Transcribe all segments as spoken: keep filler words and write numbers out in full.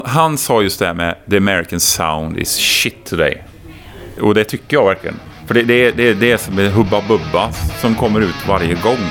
Han sa just det här med the American sound is shit today. Och det tycker jag verkligen. För det, det, det är det som är Hubba Bubba som kommer ut varje gång.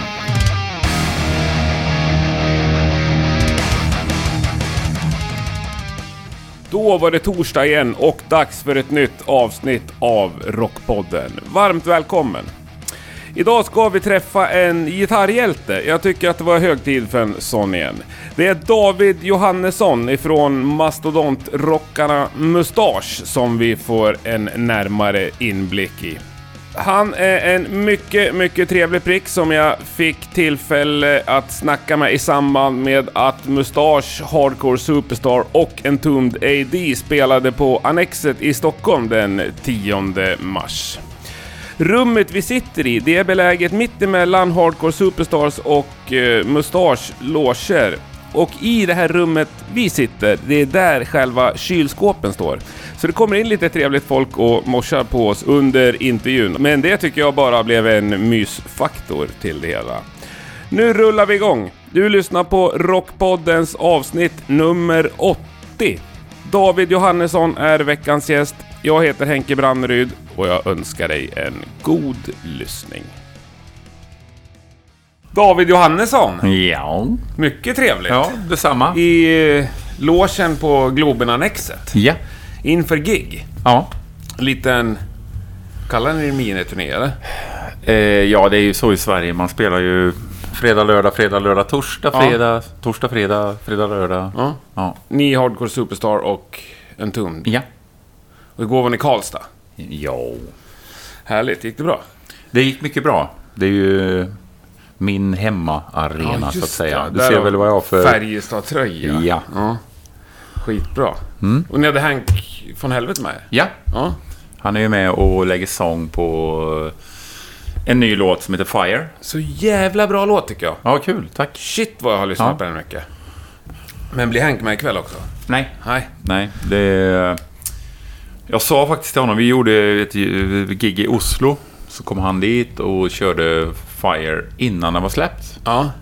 Då var det torsdag igen och dags för ett nytt avsnitt av Rockpodden. Varmt välkommen! Idag ska vi träffa en gitarrhjälte. Jag tycker att det var hög tid för en sån igen. Det är David Johannesson ifrån mastodontrockarna Mustasch som vi får en närmare inblick i. Han är en mycket, mycket trevlig prick som jag fick tillfälle att snacka med i samband med att Mustasch, Hardcore Superstar och Entombed A D spelade på Annexet i Stockholm den tionde mars. Rummet vi sitter i, det är beläget mitt emellan Hardcore Superstars och eh, Mustasch loger. Och i det här rummet vi sitter, det är där själva kylskåpen står. Så det kommer in lite trevligt folk och morsar på oss under intervjun. Men det tycker jag bara blev en mysfaktor till det hela. Nu rullar vi igång. Du lyssnar på Rockpoddens avsnitt nummer åttio. David Johannesson är veckans gäst. Jag heter Henke Branneryd och jag önskar dig en god lyssning. David Johannesson. Ja. Mycket trevligt. Ja, detsamma. I eh, logen på Globen-annexet. Ja. Inför gig. Ja. Liten... Kallar ni det miniturné eller? Eh, ja, det är ju så i Sverige. Man spelar ju fredag, lördag, fredag, lördag, torsdag, fredag, ja. torsdag, fredag, fredag, lördag. Ja. Ja. Ni Hardcore Superstar och Entombed. Ja. Och igår var ni i Karlstad. Ja. Härligt, gick det bra? Det gick mycket bra. Det är ju min hemmaarena, ja, så att säga. Det. Du Där ser väl vad jag har för... Färjestad-tröja. Ja. Ja. Skitbra. Mm. Och ni hade Hank från helvete med? Ja. Ja. Han är ju med och lägger sång på en ny låt som heter Fire. Så jävla bra låt tycker jag. Ja, kul. Tack. Shit vad jag har lyssnat ja. på den mycket. Men blir Hank med ikväll också? Nej. Nej. Nej, det... Jag sa faktiskt till honom, vi gjorde ett gig i Oslo. Så kom han dit och körde Fire innan den var släppt. Ja.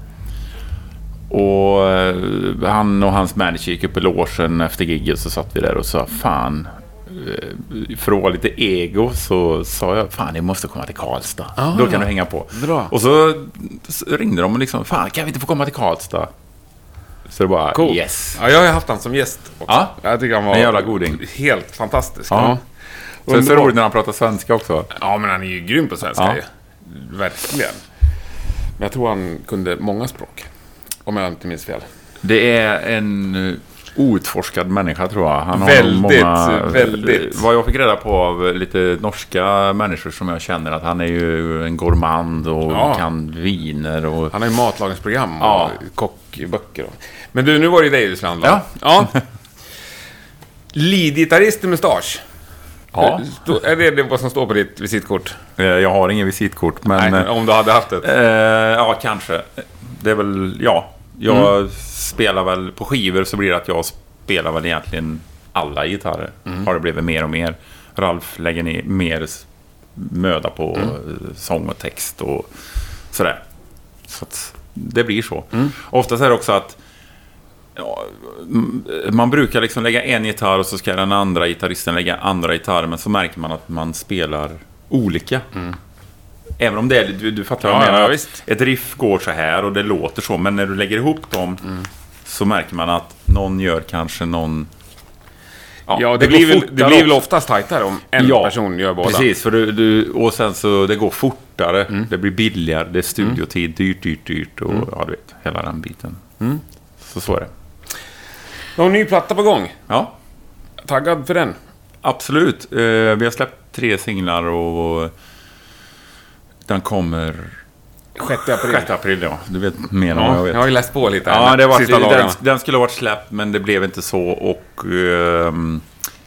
Och han och hans manager gick upp i logen efter gigget, så satt vi där och sa fan, för att vara lite ego så sa jag fan, ni måste komma till Karlstad. Ah, då kan du hänga på. Bra. Och så ringde de och liksom, fan, kan vi inte få komma till Karlstad? Så det bara, cool. Yes. Ja, jag har haft han som gäst också. Ja. Jag tycker han var en jävla goding. Helt fantastisk. Ja. Så det är så roligt när han pratar svenska också. Ja, men han är ju grym på svenska. Ja. Ju. Verkligen. Men jag tror han kunde många språk. Om jag inte minns fel. Det är en outforskad människa, tror jag. Han väldigt, har många, väldigt. Vad jag fick reda på av lite norska människor som jag känner, att han är ju en gourmand och ja. kan viner. Och... Han har ju matlagningsprogram ja. och kockböcker. Och... Men du, nu var det ju dig du skulle handla. Ja. ja. Lead-gitarrist i Mustasch. Ja. Är det det vad som står på ditt visitkort? Jag har ingen visitkort, men... Nej, om du hade haft det. Eh, ja, kanske. Det är väl, ja. Jag mm. spelar väl på skivor, så blir det att jag spelar väl egentligen alla gitarrer. Mm. Har det blivit mer och mer. Ralf lägger ner mer möda på mm. sång och text och sådär. Så att det blir så. Mm. Oftast är det också att ja, man brukar liksom lägga en gitarr och så ska den andra gitarristen lägga andra gitarrer, men så märker man att man spelar olika. Mm. Även om det är, du, du fattar vad jag menar, ja, ett riff går så här och det låter så, men när du lägger ihop dem mm. så märker man att någon gör kanske någon... Ja, ja det, det, blir väl, det blir väl oftast tajtare om en ja, person gör båda. Precis, för du, du, och sen så det går fortare, mm. det blir billigare, det är studiotid, mm. dyrt, dyrt, dyrt och mm. ja, du vet, hela den biten. Mm. Så så är det. Du har en ny platta på gång. Ja. Taggad för den? Absolut. Uh, vi har släppt tre singlar och den kommer sjätte april. sjätte april, ja. Du vet mer än ja, vad jag vet. Jag har ju läst på lite. Ja, det var den, den, den skulle ha varit släppt, men det blev inte så. Och um,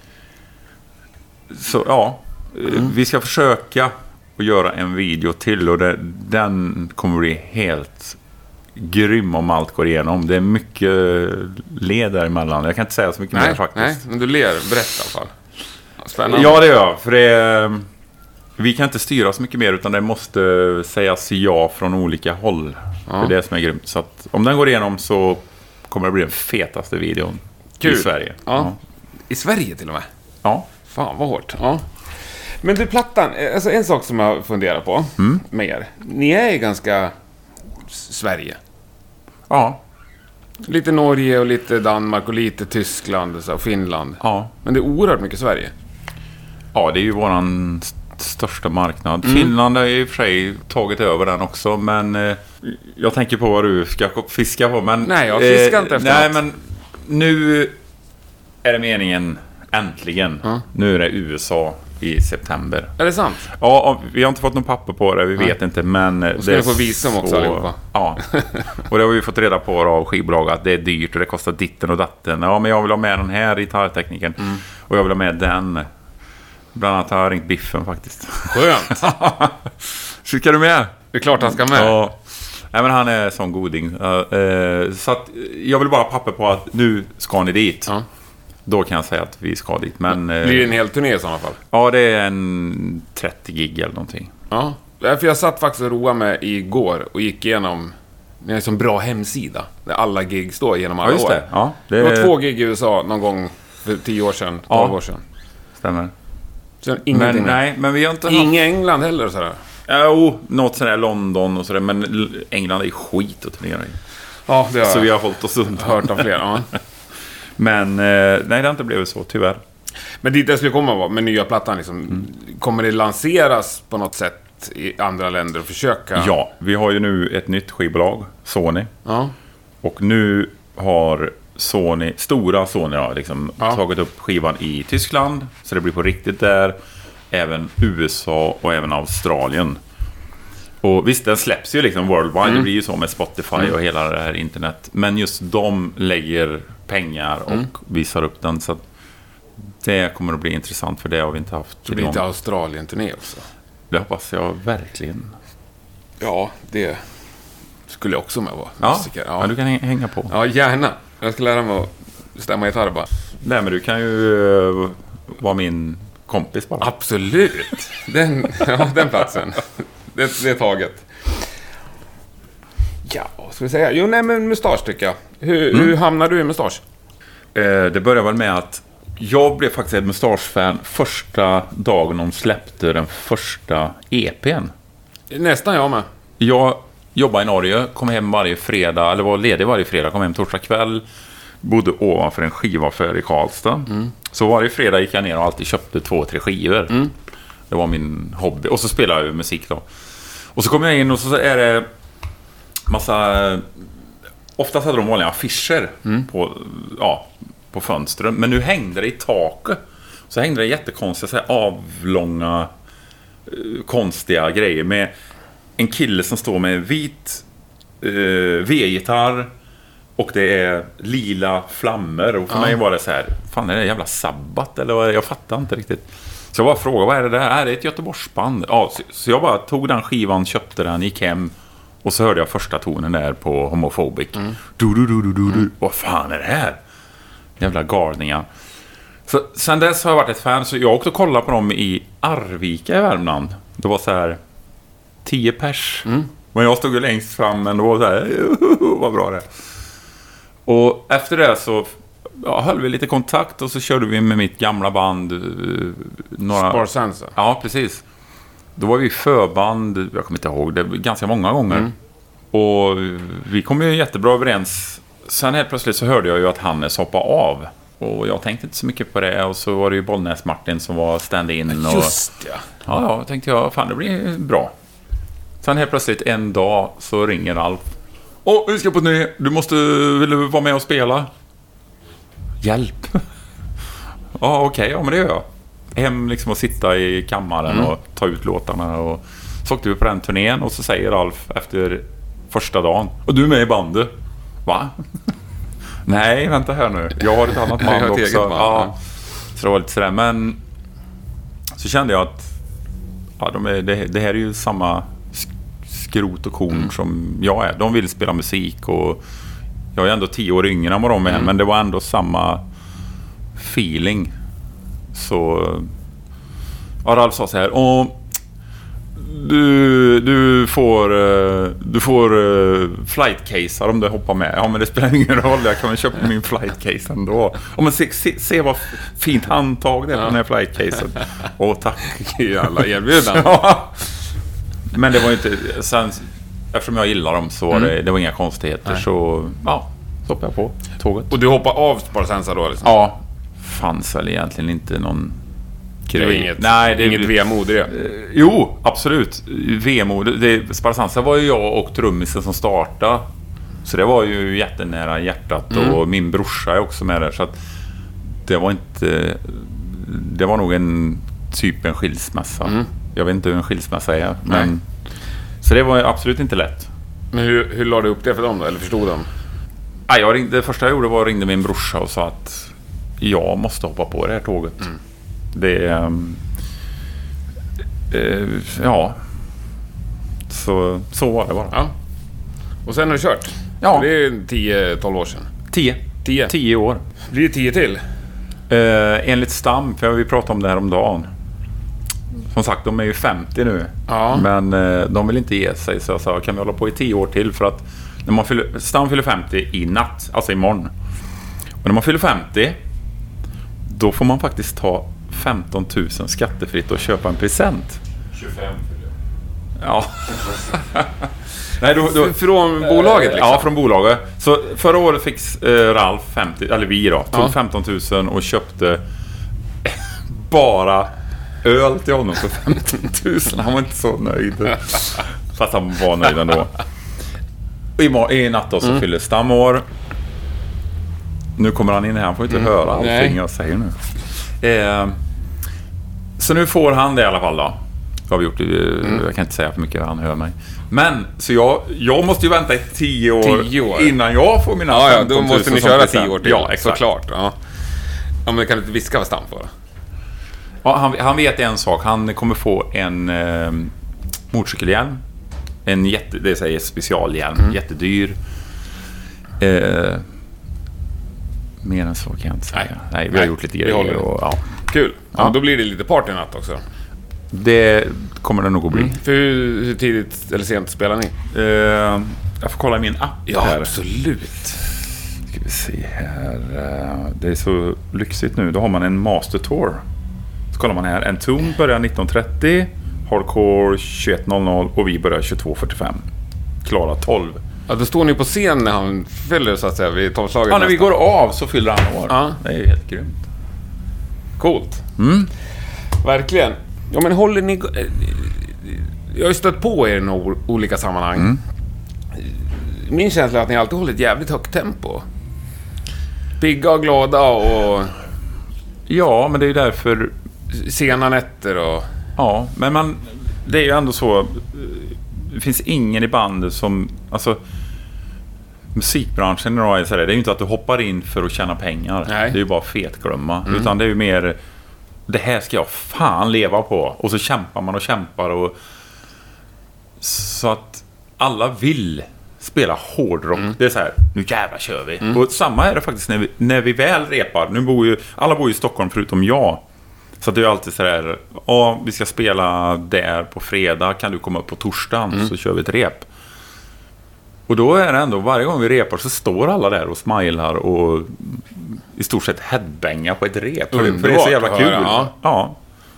så ja, mm. vi ska försöka att göra en video till, och det, den kommer bli helt grym om allt går igenom. Det är mycket led däremellan. Jag kan inte säga så mycket nej, mer faktiskt. Nej, men du ler brett i alla fall. Spännande. Ja, det gör jag. För det, vi kan inte styra så mycket mer, utan det måste sägas ja från olika håll. Ja. Det är det som är grymt. Så att om den går igenom så kommer det bli den fetaste videon Kul. I Sverige. Ja. Ja. I Sverige till och med? Ja. Fan, vad hårt. Ja. Men du, plattan, alltså en sak som jag funderar på mm. med er. Ni är ju ganska Sverige. Ja. Lite Norge och lite Danmark och lite Tyskland och så, och Finland. Ja. Men det är oerhört mycket Sverige. Ja, det är ju våran st- största marknad. Mm. Finland har ju i och för sig tagit över den också, men eh, jag tänker på vad du ska fiska på. Men, nej, jag fiskar eh, inte efter Nej, något. men nu är det meningen, äntligen. Mm. Nu är det U S A i september. Är det sant? Ja, vi har inte fått någon papper på det, vi mm. vet inte, men... Och ska det få visum också allihopa. Ja, och det har vi fått reda på av skivbolag att det är dyrt och det kostar ditten och datten. Ja, men jag vill ha med den här gitarrtekniken mm. och jag vill ha med den. Bland annat har jag ringt Biffen faktiskt. Skönt! Ska du med? Det är klart han ska med. Ja. Nej, men han är sån goding. Uh, så att jag vill bara ha papper på att nu ska ni dit. Ja. Då kan jag säga att vi ska dit. Men, blir det en hel turné i sådana fall? Ja, det är en trettio gig eller någonting. Ja, för jag satt faktiskt och roade mig igår och gick igenom... Det är en sån bra hemsida där alla gig står genom alla ja, just det. år. Ja, det... det var två gig i U S A någon gång för tio år sedan, tolv ja, år sedan. Stämmer. Sen ingenting. Men, nej, men vi har inte haft... Ingen England heller sådär. Jo, något sådär London och sådär. Men England är skit att turnera i. Ja, det har så vi har hållit oss undan. Hört av fler, ja. Men nej, det har inte blivit så, tyvärr. Men dit det skulle komma med nya plattan liksom, mm. kommer det lanseras på något sätt i andra länder och försöka? Ja, vi har ju nu ett nytt skivbolag, Sony. Ja. Och nu har Sony, stora Sony har liksom ja. tagit upp skivan i Tyskland. Så det blir på riktigt där. Även U S A och även Australien. Och visst, den släpps ju liksom worldwide. Mm. Det blir ju så med Spotify mm. och hela det här internet. Men just de lägger pengar och mm. visar upp den. Så att det kommer att bli intressant, för det har vi inte haft. Det blir inte Australien-turné också? Det hoppas jag verkligen. Ja, det skulle jag också med vara. Ja, ja. ja, du kan hänga på. Ja, gärna. Jag ska lära mig att stämma gitarr bara. Nej, men du kan ju uh, vara min kompis bara. Absolut. Den, ja, den platsen. Det, det är taget. Ja, vad ska vi säga? Jo, nej, men mustasch tycker jag. Hur, mm. hur hamnar du i mustasch? Eh, det börjar väl med att jag blev faktiskt ett mustasch-fan första dagen de släppte den första E P:n. Nästan jag med. Jag jobbade i Norge, kom hem varje fredag, eller var ledig varje fredag, kom hem torsdag kväll. Bodde ovanför en skivaffär i Karlstad. Mm. Så varje fredag gick jag ner och alltid köpte två, tre skivor. Mm. Det var min hobby. Och så spelade jag ju musik då. Och så kom jag in och så är det massa... Oftast hade de vanliga affischer mm. på, ja, på fönstren. Men nu hängde det i taket. Så hängde det jättekonstiga, så här avlånga, konstiga grejer. Med en kille som står med vit eh, V-gitarr. Och det är lila flammor. Och för ja. mig var det så här, fan, är det jävla sabbat? Eller vad? Jag fattar inte riktigt. Så jag bara frågade, vad är det där? Är det ett Göteborgsband? Ja, så, så jag bara tog den skivan, köpte den, gick hem. Och så hörde jag första tonen där på Homophobic. Mm. Du, du, du, du, du, du. Vad fan är det här? Jävla galningar. Så sen dess har jag varit ett fan. Så jag åkte och kollade på dem i Arvika i Värmland. Det var så här tio pers. Mm. Men jag stod ju längst fram, men det var så här, vad bra det är. Och efter det så ja, höll vi lite kontakt och så körde vi med mitt gamla band. Några... Sparsense. Ja, precis. Då var vi förband, jag kommer inte ihåg, det ganska många gånger. Mm. Och vi kom ju jättebra överens. Sen helt plötsligt så hörde jag ju att Hannes hoppade av. Och jag tänkte inte så mycket på det. Och så var det ju Bollnäs Martin som var stand-in. Och... Just ja. Ja, ja, tänkte jag, fan det blir bra. Sen helt plötsligt en dag så ringer Alf. Åh, vi ska på turné. Du måste, vill du vara med och spela? Hjälp. Ja, okej, okay, ja men det gör jag. Hem liksom och sitta i kammaren mm. och ta ut låtarna. Och så åkte vi på den turnén och så säger Alf efter första dagen: och du är med i bandet? Va? Nej, vänta här nu. Jag har ett annat band också. Eget band, ja. Så det var lite sådär. Men så kände jag att ja, de är, det, det här är ju samma skrot och korn mm. som jag är. De vill spela musik och jag är ändå tio år yngre än vad de är. Mm. Men det var ändå samma feeling. Så ja, Ralf sa så här: och Du, du får du får uh, flight case om du hoppar med. Ja, men det spelar ingen roll. Jag kan väl köpa min flight case ändå. Om man se, se, se vad fint handtag det är på ja. den här flight casen. Åh, tack. Alla erbjudanden. Ja. Men det var inte sen, eftersom jag gillar dem så var det, mm. det var inga konstigheter. Nej. Så ja, så hoppade jag på tåget. Och du hoppar av Sparsensa då liksom? Ja, fanns väl egentligen inte någon det var inget, Nej, det är inget vemod i det. Eh, jo, absolut. Vemod. Det, Sparsensa var ju jag och trummisen som startade. Så det var ju jättenära hjärtat. Mm. Och min brorsa är också med där. Så att det var inte... Det var nog en typ en skilsmässa. Mm. Jag vet inte hur en skilsmässa är. Men, så det var absolut inte lätt. Men hur, hur lade du upp det för dem då? Eller förstod de? Ja, jag ringde, det första jag gjorde var att ringde min brorsa och sa att jag måste hoppa på det här tåget. Mm. Det är... Um, uh, ja. Så, så var det bara. Ja. Och sen har du kört? Ja. Det är tio tolv år sedan. tio. tio. tio år. Blir det tio till? Uh, enligt Stam, för vi pratade om det här om dagen. Som sagt, de är ju femtio nu. Ja. Men uh, de vill inte ge sig. Så jag sa, kan vi hålla på i tio år till? För att när man fyller, Stam fyller femtio i natt, alltså imorgon. Och när man fyller femtio, då får man faktiskt ta femton tusen skattefritt och köpa en present. tjugofem Ja. Nej, då, då, från bolaget liksom? Ja, från bolaget. Så förra året fick eh, Ralf femtio, eller vi då, tog ja. femton tusen och köpte bara öl till honom för femton tusen. Han var inte så nöjd. Fast han var nöjd ändå. I, i natt då så mm. fyller Stam år. Nu kommer han in här, han får inte mm. höra allting Nej. jag säger nu. Eh, så nu får han det i alla fall då. Har vi gjort det, mm. Jag kan inte säga för mycket, han hör mig. Men, så jag, jag måste ju vänta i tio år, tio år. innan jag får mina ja, ja, då måste ni köra tio år till. Ja, exakt. Såklart. Ja. Ja, men kan du inte viska vad Stam får? Ja, han, han vet en sak. Han kommer få en eh, motorcykelhjälm. En jätte, det säger specialhjälm. Mm. Jättedyr. Eh, mer än så kan jag inte säga. Nej, Nej vi har Nej, gjort lite grejer. Och, ja. Kul. Ja, ja. Då blir det lite partynatt också. Det kommer det nog att bli. Mm. För hur, hur tidigt eller sent spelar ni? Uh, jag får kolla i min app. Ja, här. Absolut. Ska vi se här. Uh, det är så lyxigt nu. Då har man en Master Tour. Så kollar man här. Entombed börjar nitton trettio. Hardcore tjugoett noll noll. Och vi börjar tjugotvå fyrtiofem. Klara tolv. Ja, då står ni på scen när han fyller så att säga vid tolvslaget. Ja, när vi går av så fyller han år. Ja. Det är ju helt grymt. Coolt. Mm. Verkligen. Ja, men håller ni... Jag har ju stött på er i några olika sammanhang. Mm. Min känsla är att ni alltid håller ett jävligt högt tempo. Pigga och glada och... Ja, men det är ju därför... Sena nätter och... Ja, men man... Det är ju ändå så... Det finns ingen i bandet som... Alltså... Musikbranschen idag är så där, det är ju inte att du hoppar in för att tjäna pengar. Nej. Det är ju bara fetglömma. Mm. Utan det är ju mer... Det här ska jag fan leva på. Och så kämpar man och kämpar. Och... Så att alla vill spela hårdrock. Mm. Det är så här, nu jävla kör vi. Mm. Och samma är det faktiskt när vi, när vi väl repar. Nu bor ju, alla bor ju i Stockholm förutom jag. Så det är alltid så här, ja, vi ska spela där på fredag. Kan du komma upp på torsdagen mm. så kör vi ett rep. Och då är det ändå, varje gång vi repar så står alla där och smilar och i stort sett headbangar på ett rep. För, för det är så jävla kul. Ja. Ja.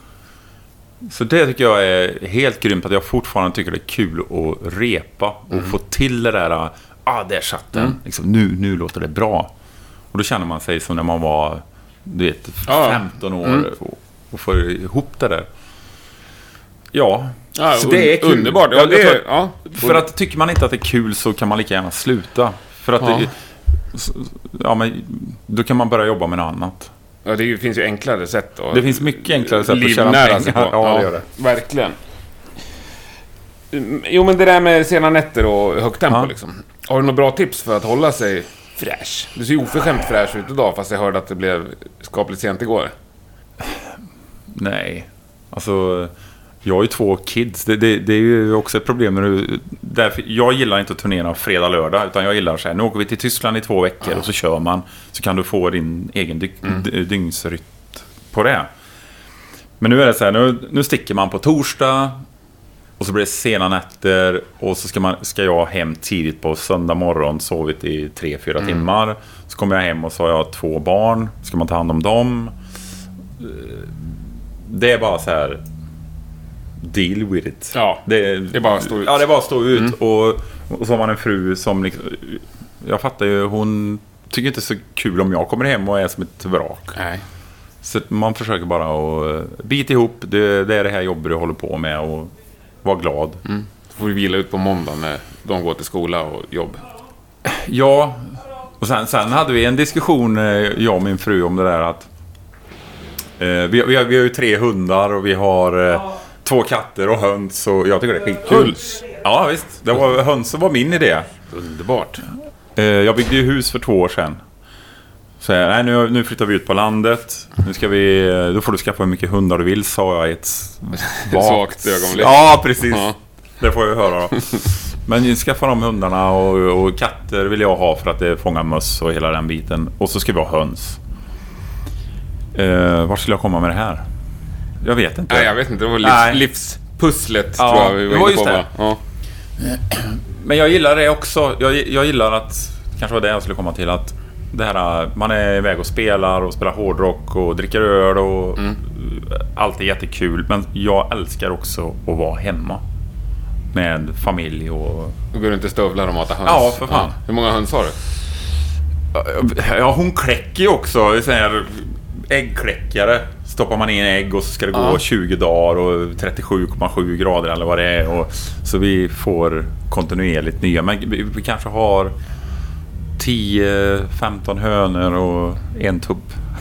Så det tycker jag är helt grymt, att jag fortfarande tycker det är kul att repa och mm. få till det där, ah, där satt den. Mm. Liksom, nu, nu låter det bra. Och då känner man sig som när man var, du vet, femton år mm. och, och får ihop det där. Ja, ja så det är kul. Underbart. Ja, det är, ja. För att tycker man inte att det är kul så kan man lika gärna sluta. För att ja. Det, ja, men då kan man börja jobba med något annat. Ja, det finns ju enklare sätt att... Det finns mycket enklare sätt att tjäna pengar. Ja, ja, det gör det. Verkligen. Jo, men det där med sena nätter och högt tempo ja. Liksom. Har du några bra tips för att hålla sig fräsch? Du ser ju oförskämt fräsch ut idag, fast jag hörde att det blev skapligt sent igår. Nej, alltså... Jag har ju två kids. Det, det, det är ju också ett problem när du... Därför, jag gillar inte att turnera fredag, lördag. Utan jag gillar så här, nu åker vi till Tyskland i två veckor ja. Och så kör man. Så kan du få din egen dy, mm. dygnsrytm på det. Men nu är det så här, nu, nu sticker man på torsdag. Och så blir det sena nätter. Och så ska, man, ska jag hem tidigt på söndag morgon. Sovit i tre, fyra mm. timmar. Så kommer jag hem och så har jag två barn. Ska man ta hand om dem? Det är bara så här... Deal with it. Ja, det, det är bara att stå ut. Ja, det är bara att stå ut. Mm. Och, och så har man en fru som... Liksom, jag fattar ju, hon tycker inte så kul om jag kommer hem och är som ett vrak. Nej. Så man försöker bara att bita ihop. Det, det är det här jobbet du håller på med och vara glad. Mm. Så får du vila ut på måndag när de går till skola och jobb. Ja, och sen, sen hade vi en diskussion, jag och min fru, om det där att eh, vi, vi, har, vi har ju tre hundar och vi har eh, två katter och höns och jag tycker det är skitkul. Höns? Ja, visst. Det var, hönsen var min idé. Underbart. Eh, jag byggde ju hus för två år sedan. Så jag, nej, nu, nu flyttar vi ut på landet. Nu ska vi, då får du skaffa hur mycket hundar du vill, sa jag i ett svagt ögonblick. Ja, precis. Ja. Det får jag höra då. Men skaffa de hundarna och, och katter vill jag ha för att det fångar möss och hela den biten. Och så ska vi ha höns. Eh, var skulle jag komma med det här? Jag vet inte. Nej, jag vet inte. Det var livs, livspusslet, ja, tror jag vi var, var inne på. Det. Ja. Men jag gillar det också. Jag, jag gillar att, kanske var det jag skulle komma till, att det här, man är iväg och spelar och spelar hårdrock och dricker öl och mm. allt är jättekul. Men jag älskar också att vara hemma med familj och... Du går inte stövlar och matar höns? Ja, för fan. Ja. Hur många höns har du? Ja, hon kläcker ju också. Så här, äggkläckare. Stoppar man in ägg och så ska det gå ja. tjugo dagar och trettiosju komma sju grader eller vad det är. Och, så vi får kontinuerligt nya. Men vi, vi kanske har tio femton hönor och en tupp.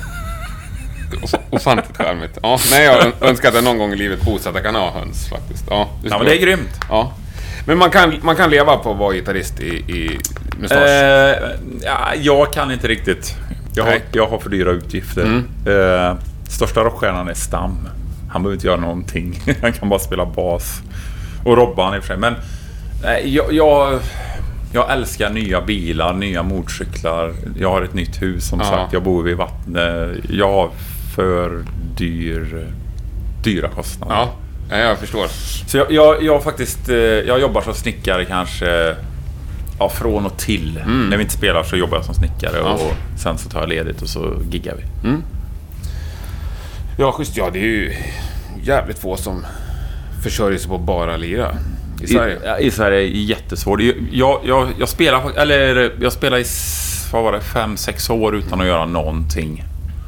Ofantligt charmigt. Ja, nej, jag önskar att jag någon gång i livet bosatt jag kan ha höns faktiskt. Ja, ja, men det är grymt. Ja. Men man kan, man kan leva på att vara gitarrist i, i mustasch? Eh, ja, jag kan inte riktigt. Jag har, jag har för dyra utgifter. Mm. Eh, största rockstjärnan är Stam. Han behöver inte göra någonting. Han kan bara spela bas. Och Robban i och för sig. Men eh, jag, jag, jag älskar nya bilar, nya motorcyklar. Jag har ett nytt hus som ja. sagt. Jag bor vid vattnet. Jag har för dyr, dyra kostnader. Ja. Ja, jag förstår. Så jag, jag, jag faktiskt jag jobbar som snickare kanske ja, från och till. Mm. När vi inte spelar så jobbar jag som snickare ja. och sen så tar jag ledigt och så giggar vi. Mm. Ja, just ja, det är ju jävligt få som försörjer sig på bara lira i Sverige. I, i Sverige är det jättesvårt. Jag, jag, jag spelar eller jag spelar i vad var det fem sex år utan att göra någonting.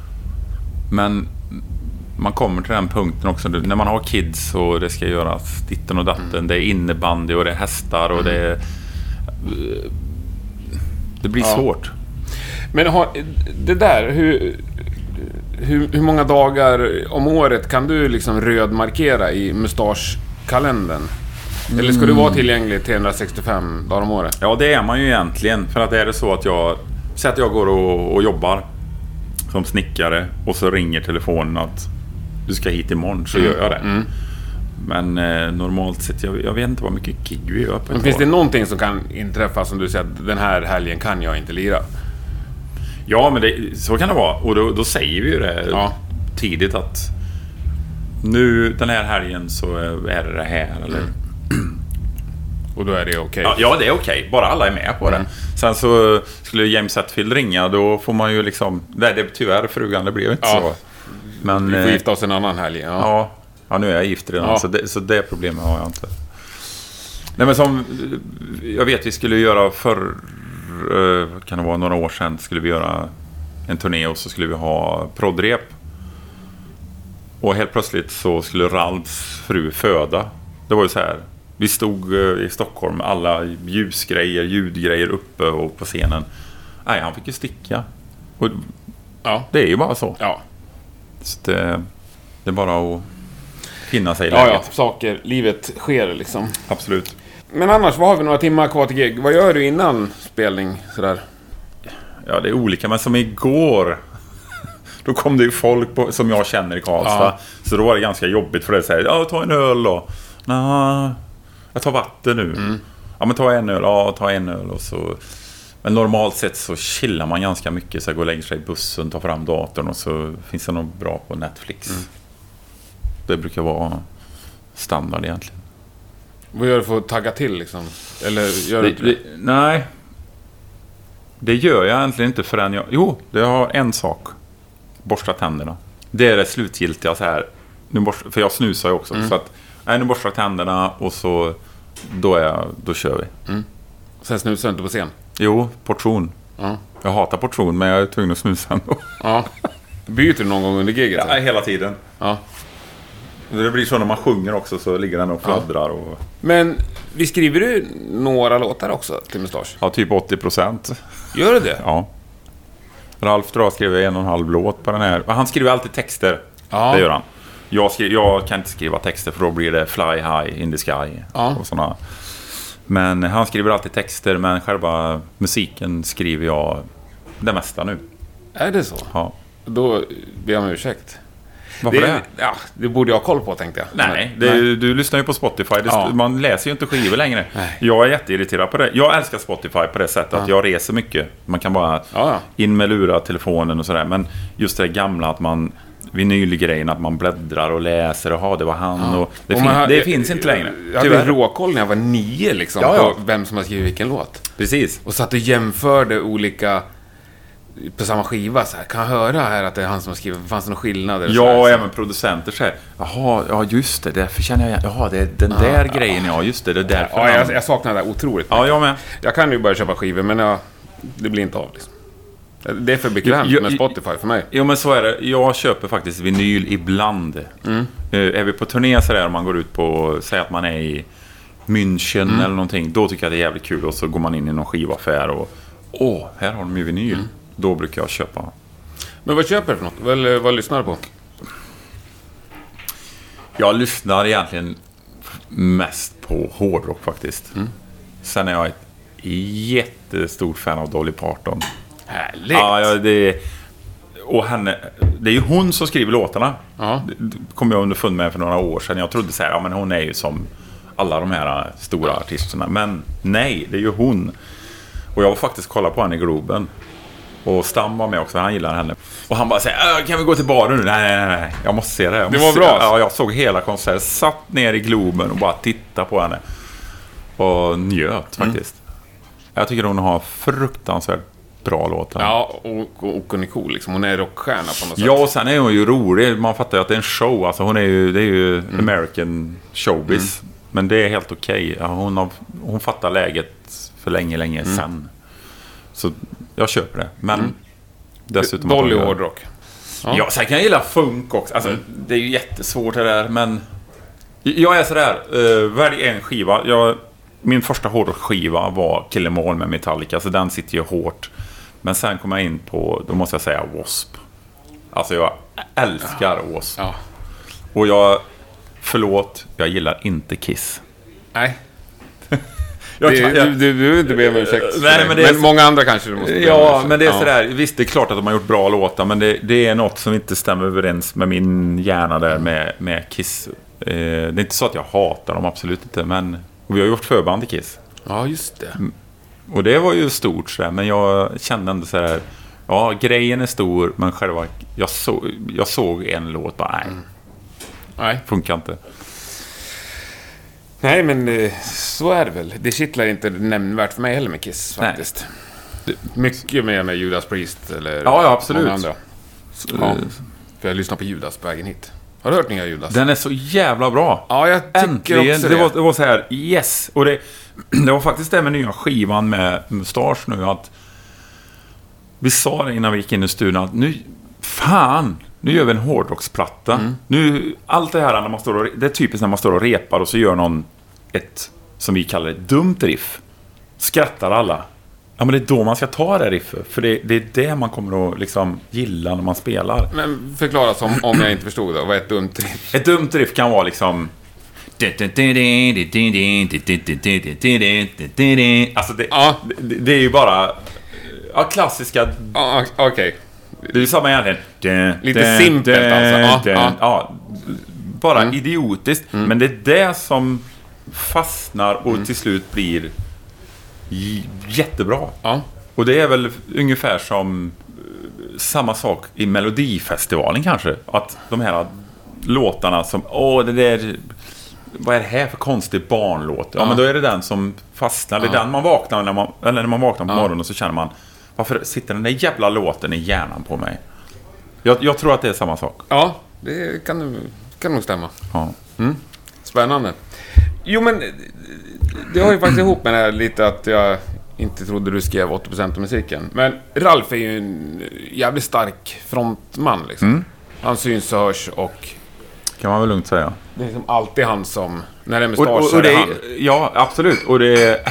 Men man kommer till den punkten också när man har kids och det ska göras ditten och datten. Mm. Det är innebandy och det är hästar och mm. det är, det blir ja. svårt. Men har, det där hur, hur, hur många dagar om året kan du liksom rödmarkera i mustaschkalendern? Mm. Eller ska du vara tillgänglig trehundrasextiofem dagar om året? Ja, det är man ju egentligen. För att är det så att jag så att jag går och, och jobbar som snickare och så ringer telefonen att du ska hit imorgon, så mm. gör jag det. Mm. Men eh, normalt sett, jag, jag vet inte vad mycket gig vi gör på. Men finns det någonting som kan inträffa som du säger att den här helgen kan jag inte lira? Ja, men det, så kan det vara. Och då, då säger vi ju det ja. tidigt att nu den här helgen så är det det här. Eller... Mm. Och då är det okej? Okay. Ja, ja, det är okej. Okay. Bara alla är med på mm. det. Sen så skulle James Hetfield ringa, då får man ju liksom... Det, det tyvärr frugan, det blev inte ja. så. Men, vi får gifta oss en annan helg. Ja, ja, ja nu är jag gift redan, ja. så, det, så det problemet har jag inte. Nej, men som... Jag vet, vi skulle göra för kan det vara några år sedan, skulle vi göra en turné och så skulle vi ha proddrep. Och helt plötsligt så skulle Ralfs fru föda. Det var ju så här... Vi stod i Stockholm med alla ljusgrejer, ljudgrejer uppe och på scenen. Nej, han fick ju sticka. Och ja. Det är ju bara så. Ja. Så det, det är bara att finna sig i ja, läget. Ja, saker, livet sker liksom. Absolut. Men annars, vad har vi några timmar kvar till gig? Vad gör du innan spelning sådär? Ja, det är olika, men som igår... Då kom det ju folk på, som jag känner i Karlstad. Ja. Så då var det ganska jobbigt för det att säga, ja, ta en öl då. Nej, jag tar vatten nu. Mm. Ja, men ta en öl. Ja, ta en öl och så... Men normalt sett så chillar man ganska mycket. Så jag går och lägger sig i bussen, tar fram datorn och så finns det något bra på Netflix. Mm. Det brukar vara standard egentligen. Vad gör du för att tagga till liksom? Eller gör det, du inte det? det, nej. Det gör jag egentligen inte förrän jag... Jo, det har en sak. Borsta tänderna. Det är det slutgiltiga så här. Nu borst, för jag snusar ju också. Mm. Så att, nej, nu borstar tänderna och så... Då, är jag, då kör vi. Mm. Sen snusar du inte på scen? Jo, portion. Ja. Jag hatar portion, men jag är tvungen att snusa ändå. Ja. Byter du någon gång under giget? Ja, hela tiden. Ja. Det blir så när man sjunger också, så ligger den och fladdrar. Och... Men vi skriver du några låtar också till Mustasch? Ja, typ åttio procent. Gör du det? Ja. Ralf tror jag skrev en och en halv låt på den här. Han skriver alltid texter. Ja. Det gör han. Jag, skri- jag kan inte skriva texter för då blir det Fly High in the Sky. Ja. Och såna. Men han skriver alltid texter, men själva musiken skriver jag det mesta nu. Är det så? Ja. Då ber jag om ursäkt. Varför det? det? Ja, det borde jag ha koll på, tänkte jag. Nej, det är, Nej. du lyssnar ju på Spotify. Det, Ja. Man läser ju inte skivor längre. Nej. Jag är jätteirriterad på det. Jag älskar Spotify på det sättet Ja. att jag reser mycket. Man kan bara Ja, ja. in med lurar, telefonen och sådär. Men just det gamla att man... Vinylgrejen, att man bläddrar och läser och ha det var han. Ja. Och det, Och fin- man har- det finns inte längre. Jag hade Tyvärr. råkoll när jag var nio liksom, Ja, ja. på vem som har skrivit vilken låt. Precis. Och satt och jämförde olika på samma skiva. Så här, kan jag höra här att det är han som har skrivit? Fanns det någon skillnad? Eller så Ja, här, och så. även producenter säger jaha, ja just det, därför känner jag igen. Jaha, det är den där Ja. grejen, ja just det, det är därför. Ja, jag, han- jag saknar det där otroligt. ja, jag med. Jag kan ju börja köpa skivor, men jag, det blir inte av liksom. Det är för bekvämt Jo, jo, med Spotify för mig. Jo, men så är det. Jag köper faktiskt vinyl ibland. Mm. Eh, Är vi på turné så där, om man går ut på, säg att man är i München Mm. eller någonting, då tycker jag det är jävligt kul. Och så går man in i någon skivaffär och åh, här har de ju vinyl. Mm. Då brukar jag köpa. Men vad köper du för något? Vad, vad lyssnar du på? Jag lyssnar egentligen mest på hårdrock faktiskt. Mm. Sen är jag ett jättestort fan av Dolly Parton. Härligt! Ja, ja, det, och henne, det är ju hon som skriver låtarna. Ja. Det kom jag underfund med för några år sedan. Jag trodde så här, ja men hon är ju som alla de här stora artisterna. Men nej, det är ju hon. Och jag var faktiskt kolla på henne i Globen. Och Stam var med också, han gillar henne. Och han bara säger, kan vi gå till baren nu? Nej, nej, nej, jag måste se det. Jag Det måste var se- bra. Ja, jag såg hela konserten, satt ner i Globen och bara tittade på henne. Och njöt faktiskt. Jag tycker hon har fruktansvärt bra låtar. Ja, och, och, och hon är cool liksom. Hon är rockstjärna på något sätt. Ja, och sen är hon ju rolig. Man fattar ju att det är en show. Alltså hon är ju, det är ju American showbiz. Mm. Men det är helt okej. Ja, hon, har, hon fattar läget för länge, länge Mm. sen. Så jag köper det. Men Mm. dessutom... Dolly att hon gör- hårdrock. Ja. ja, sen kan jag gilla funk också. Alltså, det är ju jättesvårt det där, men... Jag är sådär, uh, välj en skiva. Jag, min första hårdrockskiva var Kill 'Em All med Metallica, så den sitter ju hårt. Men sen kom jag in på, då måste jag säga W A S P. Alltså jag älskar W A S P. Ja. Och jag, förlåt, jag gillar inte Kiss. Nej. Jag Det, kan- du, jag- du, du behöver inte be om ursäkt. Nej, men, men det är- många andra kanske du måste be om Ja, ursäkt. men det är Ja. sådär, visst det är klart att de har gjort bra låtar, men det, det är något som inte stämmer överens med min hjärna där med, med Kiss. Eh, det är inte så att jag hatar dem, absolut inte, men och vi har gjort förband till Kiss. Ja, just det. Och det var ju stort sådär, men jag kände ändå sådär, ja, grejen är stor, men själva, jag, så, jag såg en låt, bara nej, Nej. funkar inte. Nej, men eh, så är det väl. Det kittlar inte nämnvärt för mig heller med Kiss, Nej. faktiskt. Mycket mer med Judas Priest eller Ja, ja, absolut. många andra. Ja, för jag lyssnar på Judas på vägen hit. Har du hört nya Judas? Den är så jävla bra. Ja, jag tycker Äntligen, också det det. var, det var så här, yes. Och det, det var faktiskt det med nya skivan med Mustasch nu, att vi sa det innan vi gick in i studion att nu, fan, nu gör vi en hårdrocksplatta. Mm. Nu, allt det här när man står och, det är typiskt när man står och repar och så gör någon ett, som vi kallar det, dumt riff. Skrattar alla. Ja, men det är då man ska ta det riffet. För det, det är det man kommer att liksom gilla när man spelar. Men förklara som om jag inte förstod det. Vad är ett dumt riff? Ett dumt riff kan vara liksom... Alltså det, Ja. det, det är ju bara... Ja, klassiska... Ja, okej. Det är ju samma egentligen. Lite simpelt alltså. Ja, ja. Ja, bara Mm. idiotiskt. Men det är det som fastnar och till slut blir j- jättebra. Ja. Och det är väl ungefär som eh, samma sak i Melodifestivalen kanske. Att de här låtarna som, åh det där vad är det här för konstig barnlåt? Ja, ja men då är det den som fastnar. Det är ja. den man vaknar när man, eller när man vaknar på ja. morgonen, så känner man, varför sitter den där jävla låten i hjärnan på mig? Jag, jag tror att det är samma sak. Ja, det kan, kan nog stämma. Ja. Mm. Spännande. Jo, men det har ju faktiskt ihop med det här lite att jag inte trodde du skrev åttio procent av musiken. Men Ralf är ju en jävligt stark frontman liksom. Mm. Han syns och hörs och... Kan man väl lugnt säga. Det är liksom alltid han som... När det är mustasch och, och, och så är det, det han. Ja, absolut. Och det är...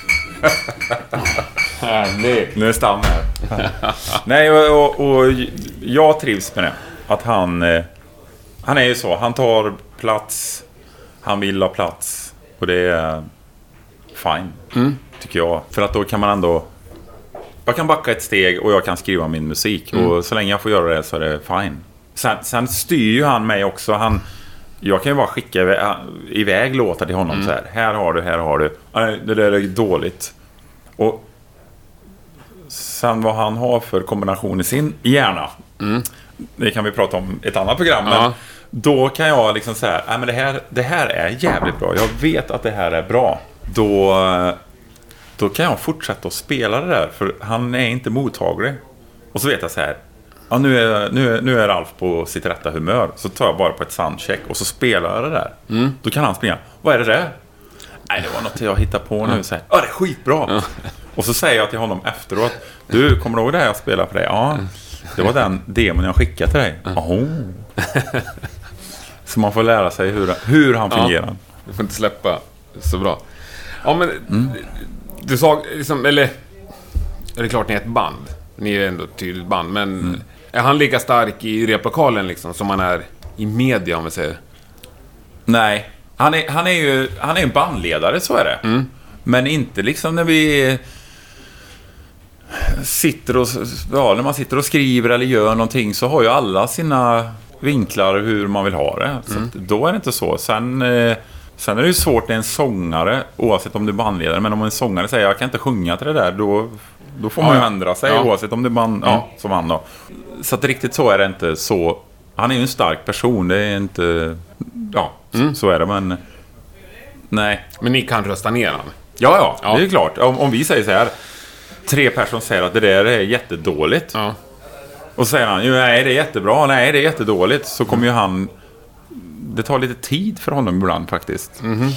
Härligt. Nu är Stam här. Nej, och, och, och jag trivs med det. Att han... Han är ju så. Han tar plats. Han vill ha plats. Och det är... Fine. Mm. Tycker jag. För att då kan man ändå... Jag kan backa ett steg och jag kan skriva min musik. Mm. Och så länge jag får göra det så är det fine. Sen, sen styr ju han mig också. Han, jag kan ju bara skicka iväg, iväg låtar till honom mm. så här. Här har du, här har du. Det där är dåligt. Och sen vad han har för kombination i sin hjärna. Mm. Det kan vi prata om i ett annat program. Men ja. Då kan jag liksom säga, nej men det här, det här är jävligt bra. Jag vet att det här är bra. Då, då kan jag fortsätta att spela det där. För han är inte mottaglig. Och så vet jag så här. Ja, nu är, nu, är, nu är Ralf på sitt rätta humör. Så tar jag bara på ett soundcheck och så spelar jag det där. Mm. Då kan han spela. Vad är det där? Nej, det var något jag hittade på nu. Så här, ja, det är skitbra. Ja. Och så säger jag till honom efteråt. Du, kommer du ihåg det här jag spelade på dig? Ja, det var den demon jag skickade till dig. Oh. Så man får lära sig hur, hur han fungerar. Ja, du får inte släppa så bra. Ja, men mm. du sa liksom, eller är det klart ni är ett band? Ni är ändå ett tydligt band, men mm. är han lika stark i replokalen liksom som han är i media, om vi säger? Nej, han är, han är ju han är en bandledare, så är det. Mm. Men inte liksom när vi sitter och ja, när man sitter och skriver eller gör någonting, så har ju alla sina vinklar hur man vill ha det. Så mm. då är det inte så. Sen sen är det ju svårt när en sångare, oavsett om du är bandledare, men om en sångare säger jag kan inte sjunga till det där, då Då får man ju ändra sig, ja. Oavsett om det är man, ja, ja, som han då. Så att riktigt så är det inte så. Han är ju en stark person, det är inte... Ja, mm. så är det, men... Nej. Men ni kan rösta ner han? Ja, ja, ja. Det är klart. Om, om vi säger så här, tre personer säger att det där är jättedåligt. Ja. Och säger han, nej det är jättebra, nej det är jättedåligt. Så kommer mm. ju han... Det tar lite tid för honom ibland faktiskt. Mm.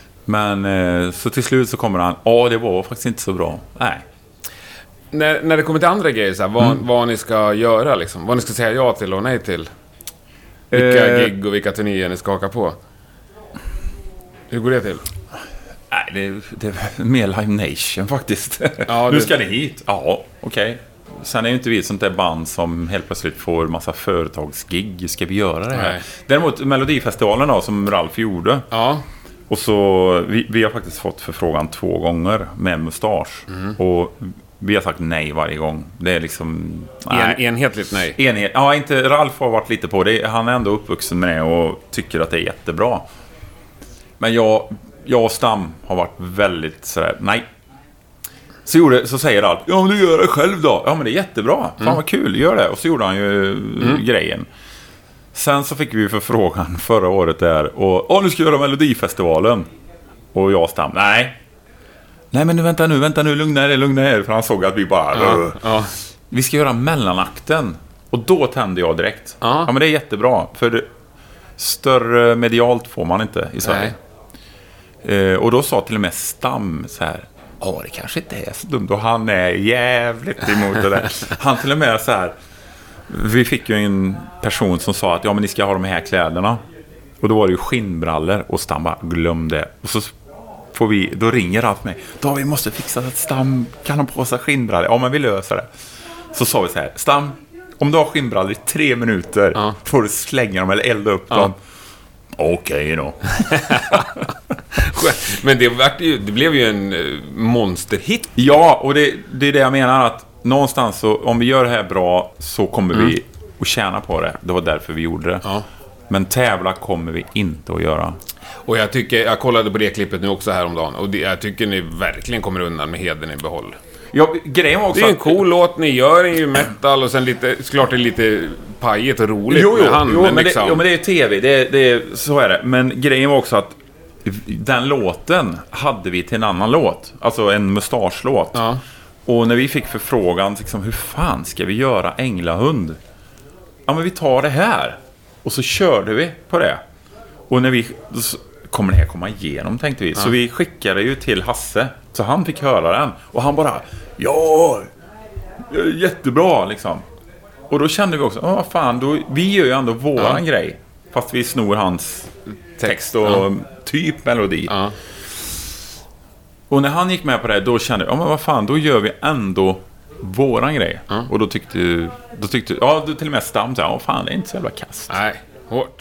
Men så till slut så kommer han, ja det var faktiskt inte så bra. Nej. När, när det kommer till andra grejer så här, vad, mm. vad ni ska göra liksom, vad ni ska säga ja till och nej till, vilka eh, gig och vilka turnéer ni ska haka på, hur går det till? Nej, det, det är mer Live Nation faktiskt. Ja, nu ska ni hit, ja okej okay. Sen är ju inte vi ett sånt där band som helt plötsligt får massa företagsgig, ska vi göra det här? Nej. Däremot Melodifestivalen då, som Ralf gjorde, ja. Och så vi, vi har faktiskt fått förfrågan två gånger med mustasch mm. och vi har sagt nej varje gång. Det är liksom... En, enhetligt nej. Enhet, ja, inte, Ralf har varit lite på det. Han är ändå uppvuxen med det och tycker att det är jättebra. Men jag, jag och Stam har varit väldigt sådär, nej. Så, gjorde, så säger Ralf, ja men du gör det själv då. Ja men det är jättebra, fan mm. vad kul, gör det. Och så gjorde han ju mm. grejen. Sen så fick vi förfrågan förra året där. Och åh, nu ska vi göra Melodifestivalen. Och jag och Stam, nej. Nej men nu vänta nu, vänta nu, lugna er, lugna er. För han såg att vi bara ja, ja. Vi ska göra mellanakten. Och då tände jag direkt. Ja, ja men det är jättebra. För större medialt får man inte i Sverige. eh, Och då sa till och med Stam så här, ja det kanske inte är så dumt. Och han är jävligt emot det där. Han till och med så här, vi fick ju en person som sa att ja men ni ska ha de här kläderna. Och då var det ju skinnbrallor. Och Stam bara glömde. Och så får vi, då ringer Ralf mig. Då vi måste fixa att Stam kan ha på sig skinnbrallor. Ja men vi löser det. Så sa vi så här, Stam, om du har skinnbrallor i tre minuter ja. får du slänga dem eller elda upp ja. dem. Okej okay, då. Men det, var ju, det blev ju en monsterhit. Ja, och det, det är det jag menar, att någonstans så, om vi gör det här bra så kommer mm. vi att tjäna på det. Det var därför vi gjorde det. Ja. Men tävla kommer vi inte att göra. Och jag tycker, jag kollade på det klippet nu också häromdagen. Och det, jag tycker ni verkligen kommer undan med heden i behåll. Ja, grejen var också det är en cool låt, ni gör ju metal och sen lite, såklart det är lite pajigt och roligt jo, jo, med hand, jo, men, men liksom. det, jo, men det är tv, det, det, så är det. Men grejen var också att den låten hade vi till en annan låt. Alltså en mustaschlåt. Ja. Och när vi fick förfrågan liksom, hur fan ska vi göra Änglahund? Ja, men vi tar det här. Och så körde vi på det. Och när vi... kommer det här komma igenom, tänkte vi. Ja. Så vi skickade ju till Hasse. Så han fick höra den. Och han bara, ja, jättebra liksom. Och då kände vi också, vad fan, då, vi gör ju ändå våran ja. grej. Fast vi snor hans text och ja. typ melodi. Ja. Och när han gick med på det, då kände jag, ja men vad fan, då gör vi ändå våran grej. Ja. Och då tyckte, då tyckte, ja, till och med Stam, ja fan, det är inte så jävla kast. Nej, hårt.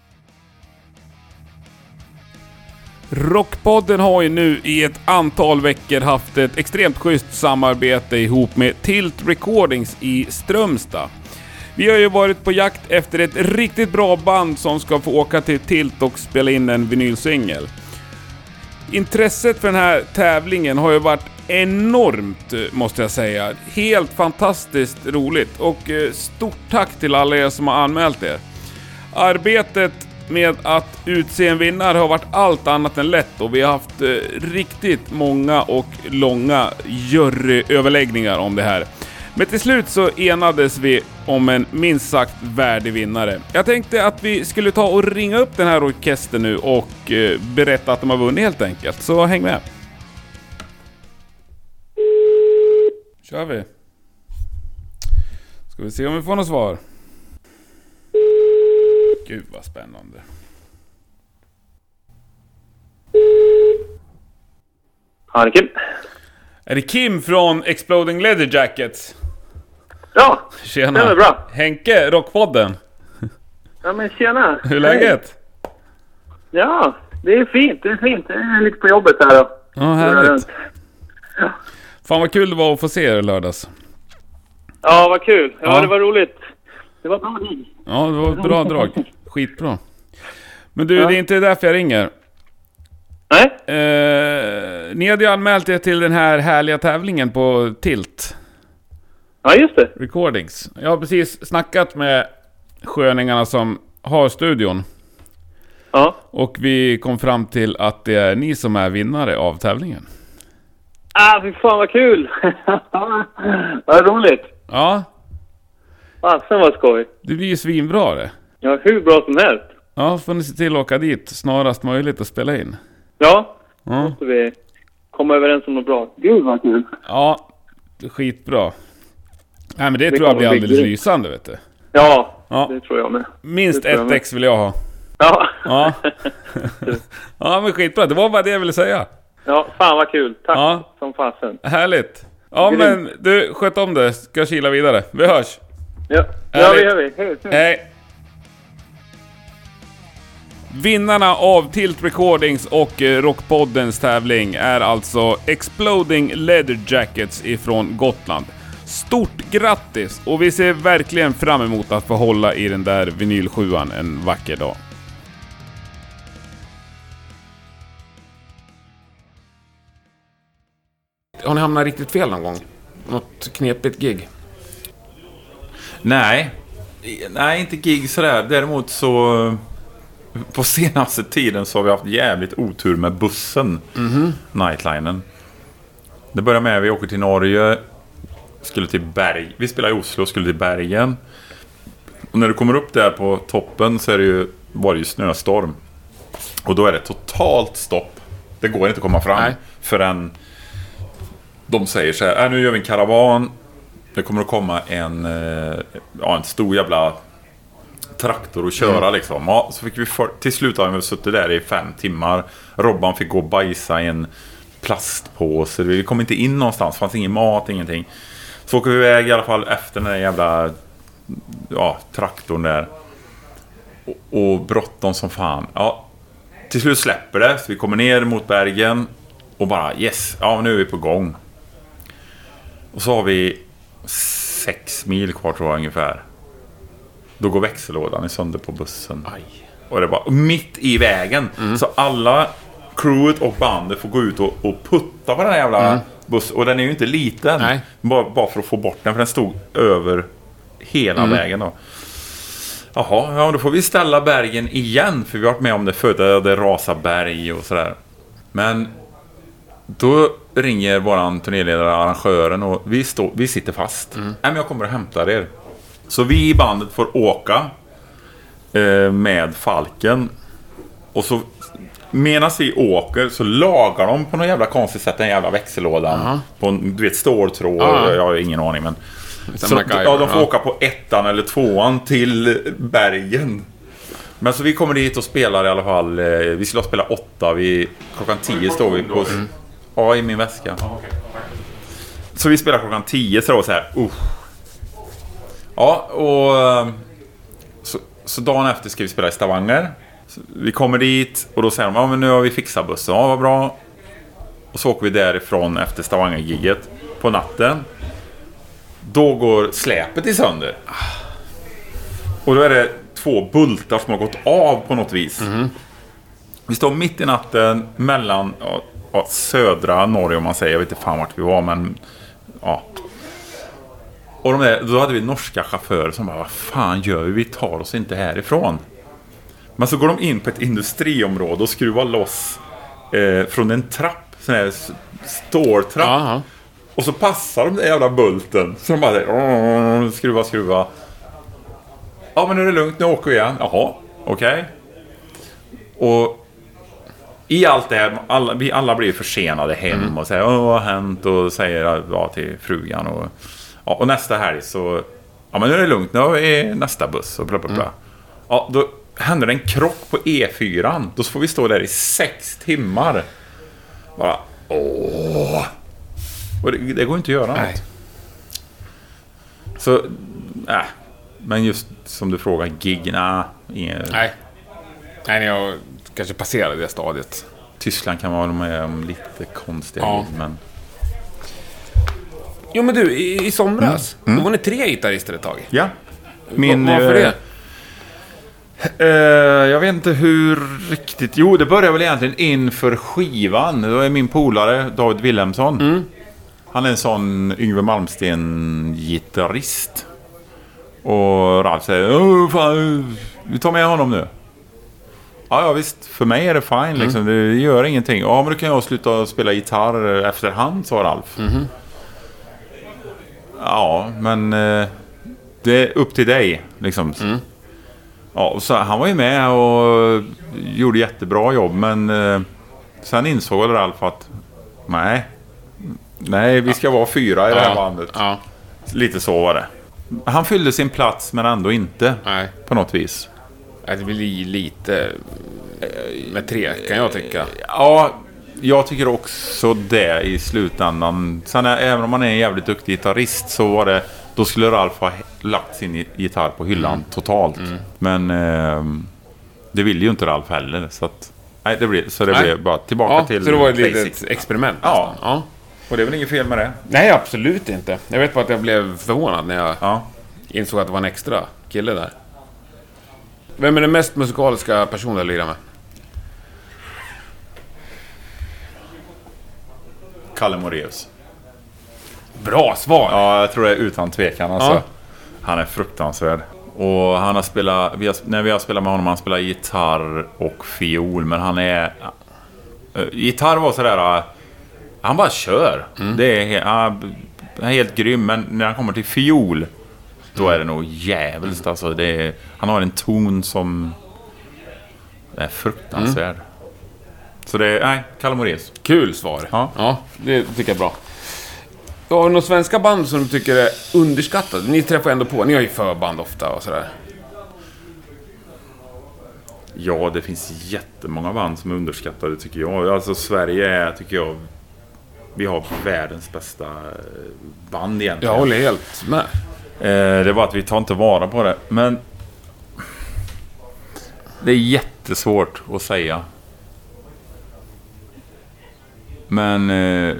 Rockpodden har ju nu i ett antal veckor haft ett extremt schysst samarbete ihop med Tilt Recordings i Strömstad. Vi har ju varit på jakt efter ett riktigt bra band som ska få åka till Tilt och spela in en vinylsingel. Intresset för den här tävlingen har ju varit enormt, måste jag säga. Helt fantastiskt roligt och stort tack till alla er som har anmält er. Arbetet med att utse en vinnare har varit allt annat än lätt och vi har haft eh, riktigt många och långa juryöverläggningar om det här. Men till slut så enades vi om en minst sagt värdig vinnare. Jag tänkte att vi skulle ta och ringa upp den här orkestern nu och eh, berätta att de har vunnit helt enkelt. Så häng med. Kör vi. Ska vi se om vi får något svar. Gud vad spännande. Ja, det är Kim. Är det Kim från Exploding Leather Jackets? Ja, tjena. Det är bra. Henke, Rockpodden. Ja, men tjena. Hur är läget? Ja, det är fint. Det är fint. Det är lite på jobbet här då. Ja, härligt. Ja. Fan vad kul det var att få se er lördags. Ja, vad kul. Ja, ja. det var roligt. Det var bra drag. Ja, det var ett bra drag. Skitbra. Men du, ja. Det är inte därför jag ringer. Nej. Eh, ni hade ju anmält er till den här härliga tävlingen på Tilt. Ja, just det. Recordings. Jag har precis snackat med sköningarna som har studion. Ja. Och vi kom fram till att det är ni som är vinnare av tävlingen. Ah, fy fan vad kul. Vad roligt. Ja. Fasen vad skoj. Det blir ju svinbra det. Ja, hur bra som helst. Ja, får ni se till att åka dit snarast möjligt och spela in. Ja, ja. Måste vi komma överens om något bra. Gud vad kul. Ja, skitbra. Nej, men det, det tror jag blir alldeles lysande, vet du. Ja, ja, det tror jag med. Minst ett ex vill jag ha. Ja. Ja. Ja, men skitbra. Det var bara det jag ville säga. Ja, fan vad kul. Tack ja. Som fasen. Härligt. Ja, Grym. Men du, sköt om det. Ska kila vidare. Vi hörs. Ja, ja det gör vi. Hej. Hej. Vinnarna av Tilt Recordings och Rockpoddens tävling är alltså Exploding Leather Jackets ifrån Gotland. Stort grattis och vi ser verkligen fram emot att få hålla i den där vinylsjuan en vacker dag. Har ni hamnat riktigt fel någon gång? Något knepigt gig? Nej. Nej, inte gig sådär. Däremot så... På senaste tiden så har vi haft jävligt otur med bussen. Mm-hmm. Nightlinen. Det börjar med att vi åker till Norge. Skulle till Berg. Vi spelar i Oslo, skulle till Bergen. Och när du kommer upp där på toppen så är det ju, var det ju snöstorm. Och då är det totalt stopp. Det går inte att komma fram. Nej. Förrän de säger så här, äh, nu gör vi en karavan. Det kommer att komma en, ja, en stor jävla traktor och köra mm. liksom. Ja, så fick vi för, till slut har vi suttit där i fem timmar. Robban fick gå och bajsa i en plastpåse. Vi kom inte in någonstans. Fanns ingen mat, ingenting. Så åker vi iväg i alla fall efter den där jävla ja, traktorn där. Och, och bråttom som fan. Ja, till slut släpper det. Så vi kommer ner mot bergen. Och bara, yes, ja nu är vi på gång. Och så har vi sex mil kvar tror jag ungefär. Då går växellådan i sönder på bussen. Aj. Och det var mitt i vägen. Mm. Så alla crewet och bandet får gå ut och, och putta på den här jävla mm. bussen. Och den är ju inte liten. Bara, bara för att få bort den. För den stod över hela mm. vägen då. Jaha, ja, då får vi ställa bergen igen. För vi har varit med om det förut. Det rasar berg och sådär. Men då ringer våran turnéledare, arrangören, och vi, stå, vi sitter fast. Mm. Nej, men jag kommer att hämta er. Så vi i bandet får åka eh, med Falken. Och så medan vi åker så lagar de på något jävla konstigt sätt den jävla växellådan. Uh-huh. På en, du vet, ståltråd. Uh-huh. Jag har ingen aning, men... Så, ja, de får åka på ettan eller tvåan till bergen. Men så vi kommer dit och spelar i alla fall. eh, Vi skulle spela åtta. Vi, klockan tio står vi på... Mm. Ja, i min väska. Så vi spelar klockan tio. Så, så här uh. Ja, och så, så dagen efter ska vi spela i Stavanger. Så vi kommer dit och då säger de, ja men nu har vi fixat bussen. Ja, vad bra. Och så åker vi därifrån efter Stavanger-gigget på natten. Då går släpet i sönder. Och då är det två bultar som har gått av på något vis. Mm. Vi står mitt i natten mellan ja, ja, södra Norge, om man säger. Jag vet inte fan vart vi var, men ja. Och de där, då hade vi norska chaufförer som bara, vad fan gör vi? Vi tar oss inte härifrån. Men så går de in på ett industriområde och skruvar loss eh, från en trapp. Sån här ståltrapp. Aha. Och så passar de där jävla bulten. Så de bara skruva, skruva. Ja, men nu är det lugnt, nu åker vi igen. Jaha, okej. Okay. Och i allt det här, alla, vi alla blir försenade hem mm. och säger, åh, vad har hänt? Och säger ja, till frugan. Och, ja, och nästa helg så, ja men nu är det lugnt, nu är nästa buss och bla bla bla. Mm. Ja, då händer det en krock på E fyra. Då får vi stå där i sex timmar. Bara, åh. Och det, det går inte att göra något. Nej. Så, nej. Äh, men just som du frågar, gig, nej. Ingen... Nej. Nej, jag kanske passerade det stadiet. Tyskland kan vara med om lite konstiga ja. Gig, men... Jo, men du, i, i somras, mm. Mm. då var ni tre gitarrister ett tag. Ja. Min, Var, varför det? Uh, jag vet inte hur riktigt... Jo, det började väl egentligen inför skivan. Då är min polare, David Wilhelmsson. Mm. Han är en sån Yngve Malmsten-gitarrist. Och Ralf säger, åh fan, vi tar med honom nu. Ja, ja visst, för mig är det fine liksom. Mm. Det gör ingenting. Ja, men då kan jag sluta spela gitarr efterhand, sa Ralf. Mm. Ja, men eh, det är upp till dig liksom. Mm. Ja, och så, han var ju med och gjorde jättebra jobb. Men eh, sen insåg Ralf att nej, nej, vi ska ja. vara fyra i ja. det här bandet. Ja. Lite så var det. Han fyllde sin plats men ändå inte. Nej. På något vis. Det blir lite med tre, kan jag tycka. Ja, jag tycker också det i slutändan. Sen är, även om man är en jävligt duktig gitarrist, så var det, då skulle Ralf ha lagt sin gitarr på hyllan mm. totalt. Mm. Men eh, det ville ju inte Ralf heller. Så, att, nej, det blir, så det nej. blev bara tillbaka ja, till så det var ett litet experiment. Ja. ja, och det är väl inget fel med det? Nej, absolut inte. Jag vet bara att jag blev förvånad när jag ja. insåg att det var en extra kille där. Vem är den mest musikaliska personen att lira med? Kalle Moraeus. Bra svar! Ja, jag tror det är utan tvekan. Alltså. Ja. Han är fruktansvärd. Och han har spelat, vi har, när vi har spelat med honom, han spelar gitarr och fiol. Men han är... Äh, gitarr var sådär... Äh, han bara kör. Mm. Det är, äh, är helt grym. Men när han kommer till fiol... Då är det nog jävligt. Alltså, det är, han har en ton som är fruktansvärd. Mm. Så det är, nej, Kalle Moraeus. Kul svar. Ja. ja, det tycker jag är bra. Har du några svenska band som du tycker är underskattade? Ni träffar ändå på, ni har ju förband ofta och sådär. Ja, det finns jättemånga band som är underskattade tycker jag. Alltså Sverige är, tycker jag, vi har världens bästa band egentligen. Jag håller helt med. Eh, det var att vi tar inte vara på det. Men det är jättesvårt att säga. Men eh,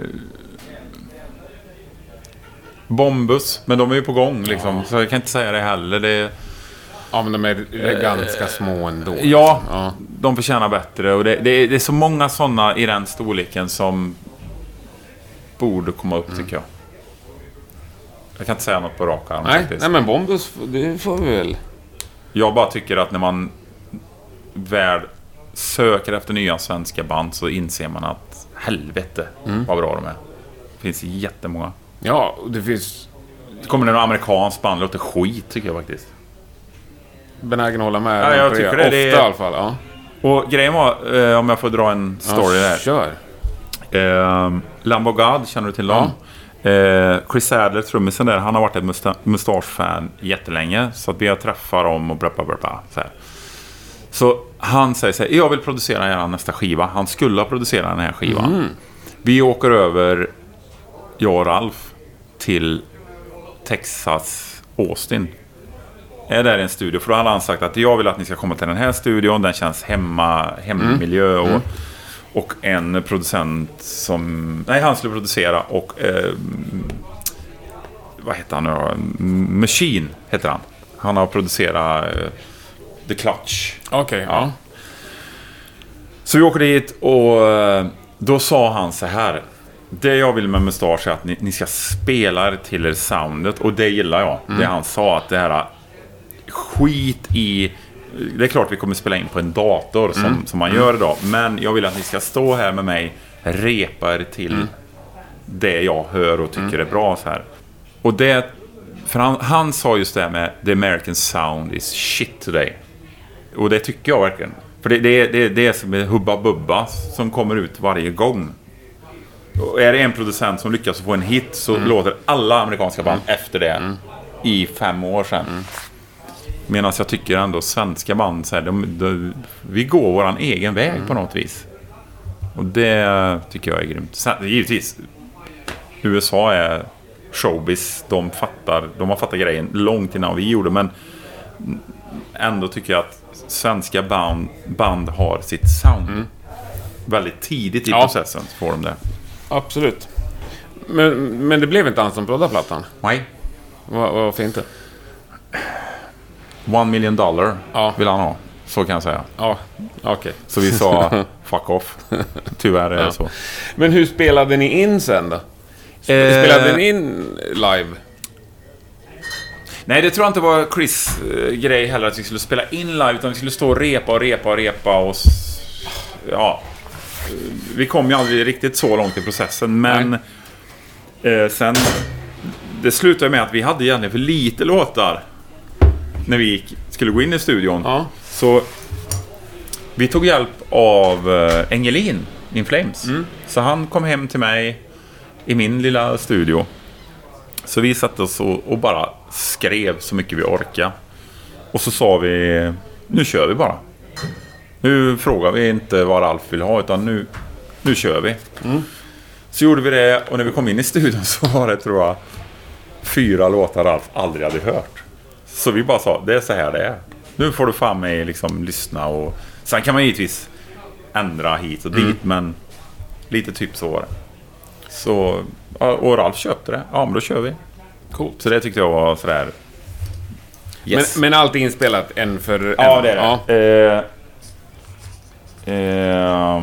Bombus, men de är ju på gång liksom. Ja. Så jag kan inte säga det heller. Det, ja, men de är, är ganska eh, små ändå. Ja, ja, de förtjänar bättre. Och det, det, det är så många sådana i den storleken som borde komma upp, mm. tycker jag. Jag kan inte säga något på rak arm. Nej, nej, men Bombus, det får vi väl jag bara tycker att när man väl söker efter nya svenska band så inser man att helvete mm. vad bra de är. Det finns jättemånga. Ja, och det finns... Det kommer en amerikansk band, låter skit tycker jag faktiskt. Benägen att hålla med. Ja, jag tycker det. Ofta det är... i alla fall, ja. Och grejen var, eh, om jag får dra en story ja, där. Kör. Eh, Lamb of God, känner du till dem? Ja. Eh, Chris Adler, trummisen där, han har varit ett musta- mustasch-fan jättelänge. Så att vi har träffat dem och blabla blabla, så här. Så han säger så här, jag vill producera er nästa skiva. Han skulle ha producerat den här skivan. Mm. Vi åker över, jag och Ralf, till Texas, Austin. Är där i en studio. För då hade han sagt att jag vill att ni ska komma till den här studion. Den känns hemma, hemmiljö och, mm. och en producent som... Nej, han skulle producera och... Eh, vad heter han nu? Machine heter han. Han har producerat eh, The Clutch. Okej, okay, ja. ja. Så vi åker dit och då sa han så här: det jag vill med Mustasch är att ni, ni ska spela till er soundet. Och det gillar jag. Mm. Det han sa, att det här skit i... Det är klart vi kommer spela in på en dator som, mm. som man gör idag. Men jag vill att ni ska stå här med mig, repa er till mm. det jag hör och tycker mm. är bra så här. Och det... För han, han sa just det här med the American sound is shit today. Och det tycker jag verkligen. För det, det, det, det är som en hubba bubba som kommer ut varje gång. Och är det en producent som lyckas få en hit så mm. låter alla amerikanska band mm. efter det mm. i fem år sedan. Mm. Medan jag tycker ändå svenska band så här, de, de, vi går våran egen väg mm. på något vis. Och det tycker jag är grymt. Sen, givetvis U S A är showbiz, de fattar, de har fattat grejen långt innan vi gjorde, men ändå tycker jag att svenska band, band har sitt sound mm. väldigt tidigt i ja. processen får de det. Absolut. Men, men det blev inte han som prodda plattan? Nej. Vad, vad fint det? One million dollar ja. vill han ha. Så kan jag säga. Ja, okej. Okay. Så vi sa fuck off. Tyvärr är det ja. så. Men hur spelade ni in sen då? Spelade eh... ni in live? Nej, det tror jag inte var Chris äh, grej heller att vi skulle spela in live, utan vi skulle stå och repa och repa och repa och ja, vi kom ju aldrig riktigt så långt i processen, men eh, sen det slutade med att vi hade egentligen för lite låtar när vi gick, skulle gå in i studion. Ja. Så vi tog hjälp av äh, Engelin In Flames. Mm. Så han kom hem till mig i min lilla studio. Så vi satt oss och, och bara skrev så mycket vi orkade. Och så sa vi, nu kör vi bara. Nu frågar vi inte vad Ralf vill ha, utan nu, nu kör vi. Mm. Så gjorde vi det, och när vi kom in i studion så var det, tror jag, fyra låtar Ralf aldrig hade hört. Så vi bara sa, det är så här det är. Nu får du fan mig liksom lyssna, och sen kan man givetvis ändra hit och dit, mm. men lite typ så var det. Så, och Ralf köpte det. Ja, men då kör vi. Coolt. Så det tyckte jag var sådär yes. Men, men allt är inspelat en för en? Ja, det är det. Ja. Eh, eh,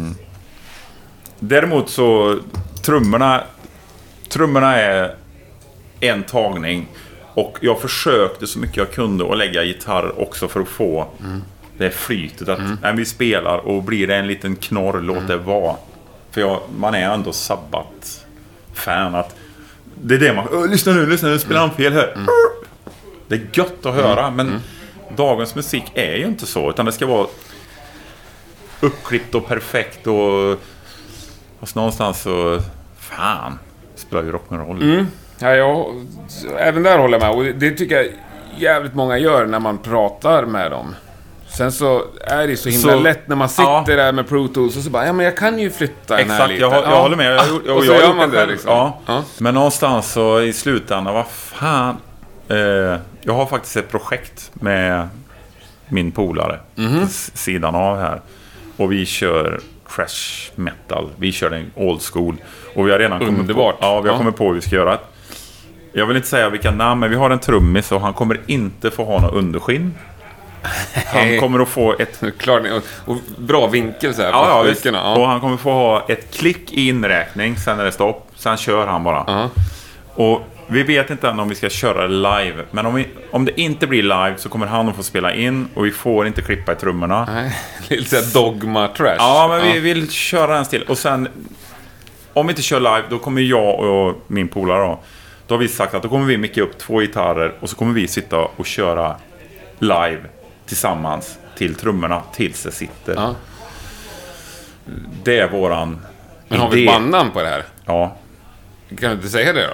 däremot så trummorna trummorna är en tagning, och jag försökte så mycket jag kunde att lägga gitarr också för att få mm. det flytet att mm. när vi spelar och blir det en liten knorr, låt mm. det vara. För jag, man är ändå sabbat fan att det är det man, lyssna nu, lyssna nu, spelar han fel här. Mm. Det är gött att höra, mm. men mm. dagens musik är ju inte så, utan det ska vara uppklippt och perfekt, och fast någonstans så fan, spelar ju rock'n'roll. Mm. Ja, jag, även där håller jag med, och det tycker jag jävligt många gör när man pratar med dem. Sen så är det så himla så lätt när man sitter ja. där med Pro Tools och så bara, ja men jag kan ju flytta den här lite. Exakt, jag, jag ja. håller med. Jag, jag, och så jag, gör man det liksom. Ja. Ja. Men någonstans så i slutändan, vad fan. Eh, jag har faktiskt ett projekt med min polare mm-hmm. sidan av här. Och vi kör thrash metal. Vi kör en old school. Och vi har redan kommit på, ja, vi har ja. kommit på hur vi ska göra. Jag vill inte säga vilka namn, men vi har en trummis och han kommer inte få ha något underskinn. Han kommer att få ett Klar, och, och bra vinkel så här ja, på ja, ja. Och han kommer få ha ett klick i inräkning. Sen är det stopp. Sen kör han bara. Uh-huh. Och Vi vet inte än om vi ska köra live. Men om, vi, om det inte blir live så kommer han att få spela in. Och vi får inte klippa i trummorna. Nej, lite dogma-trash. Ja, men ja. vi vill köra en till. Och sen, om vi inte kör live, då kommer jag och min polare då. Då har vi sagt att då kommer vi micka upp två gitarrer. Och så kommer vi sitta och köra live tillsammans till trummorna tills det sitter. Ja. Det är våran Men idé. Har vi ett bandnamn på det här? Ja. Kan du inte säga det då?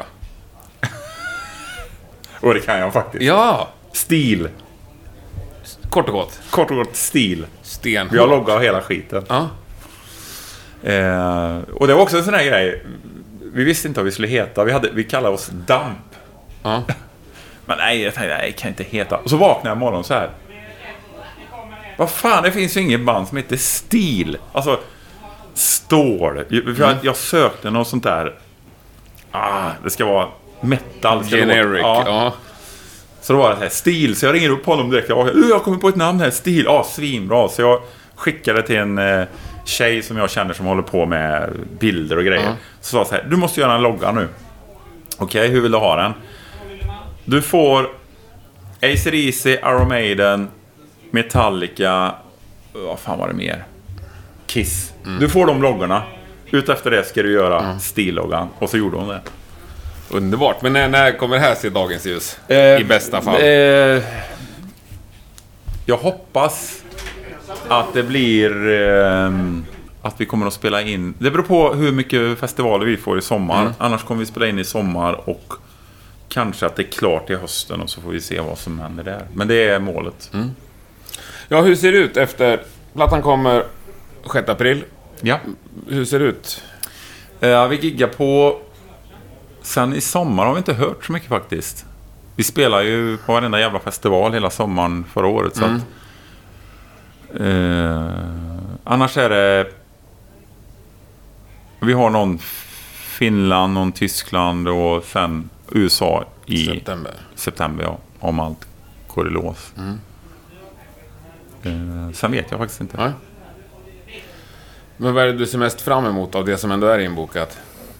Och det kan jag faktiskt. Ja. Stil. Kort och gott. Kort och gott stil. Sten. Vi har loggat hela skiten. Ja. Eh, och det var också en sån här grej. Vi visste inte vad vi skulle heta. Vi, hade, vi kallade oss Damp. Ja. Men nej, jag tänkte, nej, kan inte heta. Och så vaknade jag imorgon så här. Vad fan, det finns ju ingen band som heter Stil. Alltså, stål. Jag, mm. jag sökte något sånt där. Ah, det ska vara metal. Ska Generic, ja. ja. Så då var det här, Stil. Så jag ringer upp honom direkt. Jag, jag kommer på ett namn här, Stil. Ja, ah, svinbra. Så jag skickade till en eh, tjej som jag känner som håller på med bilder och grejer. Mm. Så sa jag så här, du måste göra en logga nu. Okej, okay, hur vill du ha den? Du får A C D C, Iron Maiden, Metallica, vad fan var det mer? Kiss. Mm. Du får de loggorna. Utefter det ska du göra mm. Stil-loggan. Och så gjorde hon det. Underbart. Men när, när kommer det här se dagens ljus? Eh, I bästa fall. Eh, jag hoppas att det blir eh, att vi kommer att spela in. Det beror på hur mycket festivaler vi får i sommar. Mm. Annars kommer vi spela in i sommar och kanske att det är klart i hösten och så får vi se vad som händer där. Men det är målet. Mm. Ja, hur ser det ut efter... Plattan kommer sjätte april. Ja. Hur ser det ut? Uh, vi giggar på... Sen i sommar har vi inte hört så mycket faktiskt. Vi spelar ju på varenda jävla festival hela sommaren förra året. Så mm. att, uh, annars är det... Vi har någon Finland, någon Tyskland och sen U S A i september, september ja, om allt går i lås. Mm. Eh, sen vet jag faktiskt inte. Nej. Men vad är det du ser mest fram emot av det som ändå är inbokat?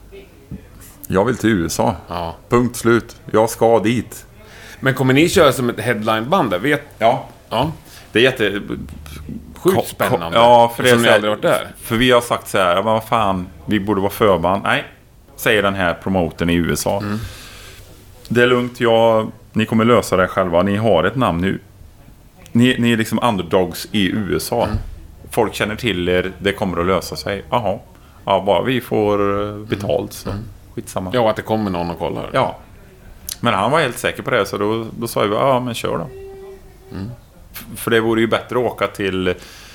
Jag vill till U S A. Ja. Punkt slut. Jag ska dit. Men kommer ni köra som ett headlineband där? Vet... Ja. Ja. Det är jätte... Sjukt spännande. Ja, för det som är ni aldrig varit där. För vi har sagt så här, men vad fan, vi borde vara förband. Nej, säger den här promoten i U S A. Mm. Det är lugnt, jag, ni kommer lösa det själva. Ni har ett namn nu. Ni, ni är liksom underdogs i U S A. Mm. Folk känner till er, det kommer att lösa sig. Jaha, ja, bara vi får betalt så mm. skitsamma. Ja, att det kommer någon och kollar. Ja, men han var helt säker på det, så då, då sa vi, ja men kör då. Mm. För det vore ju bättre att åka till,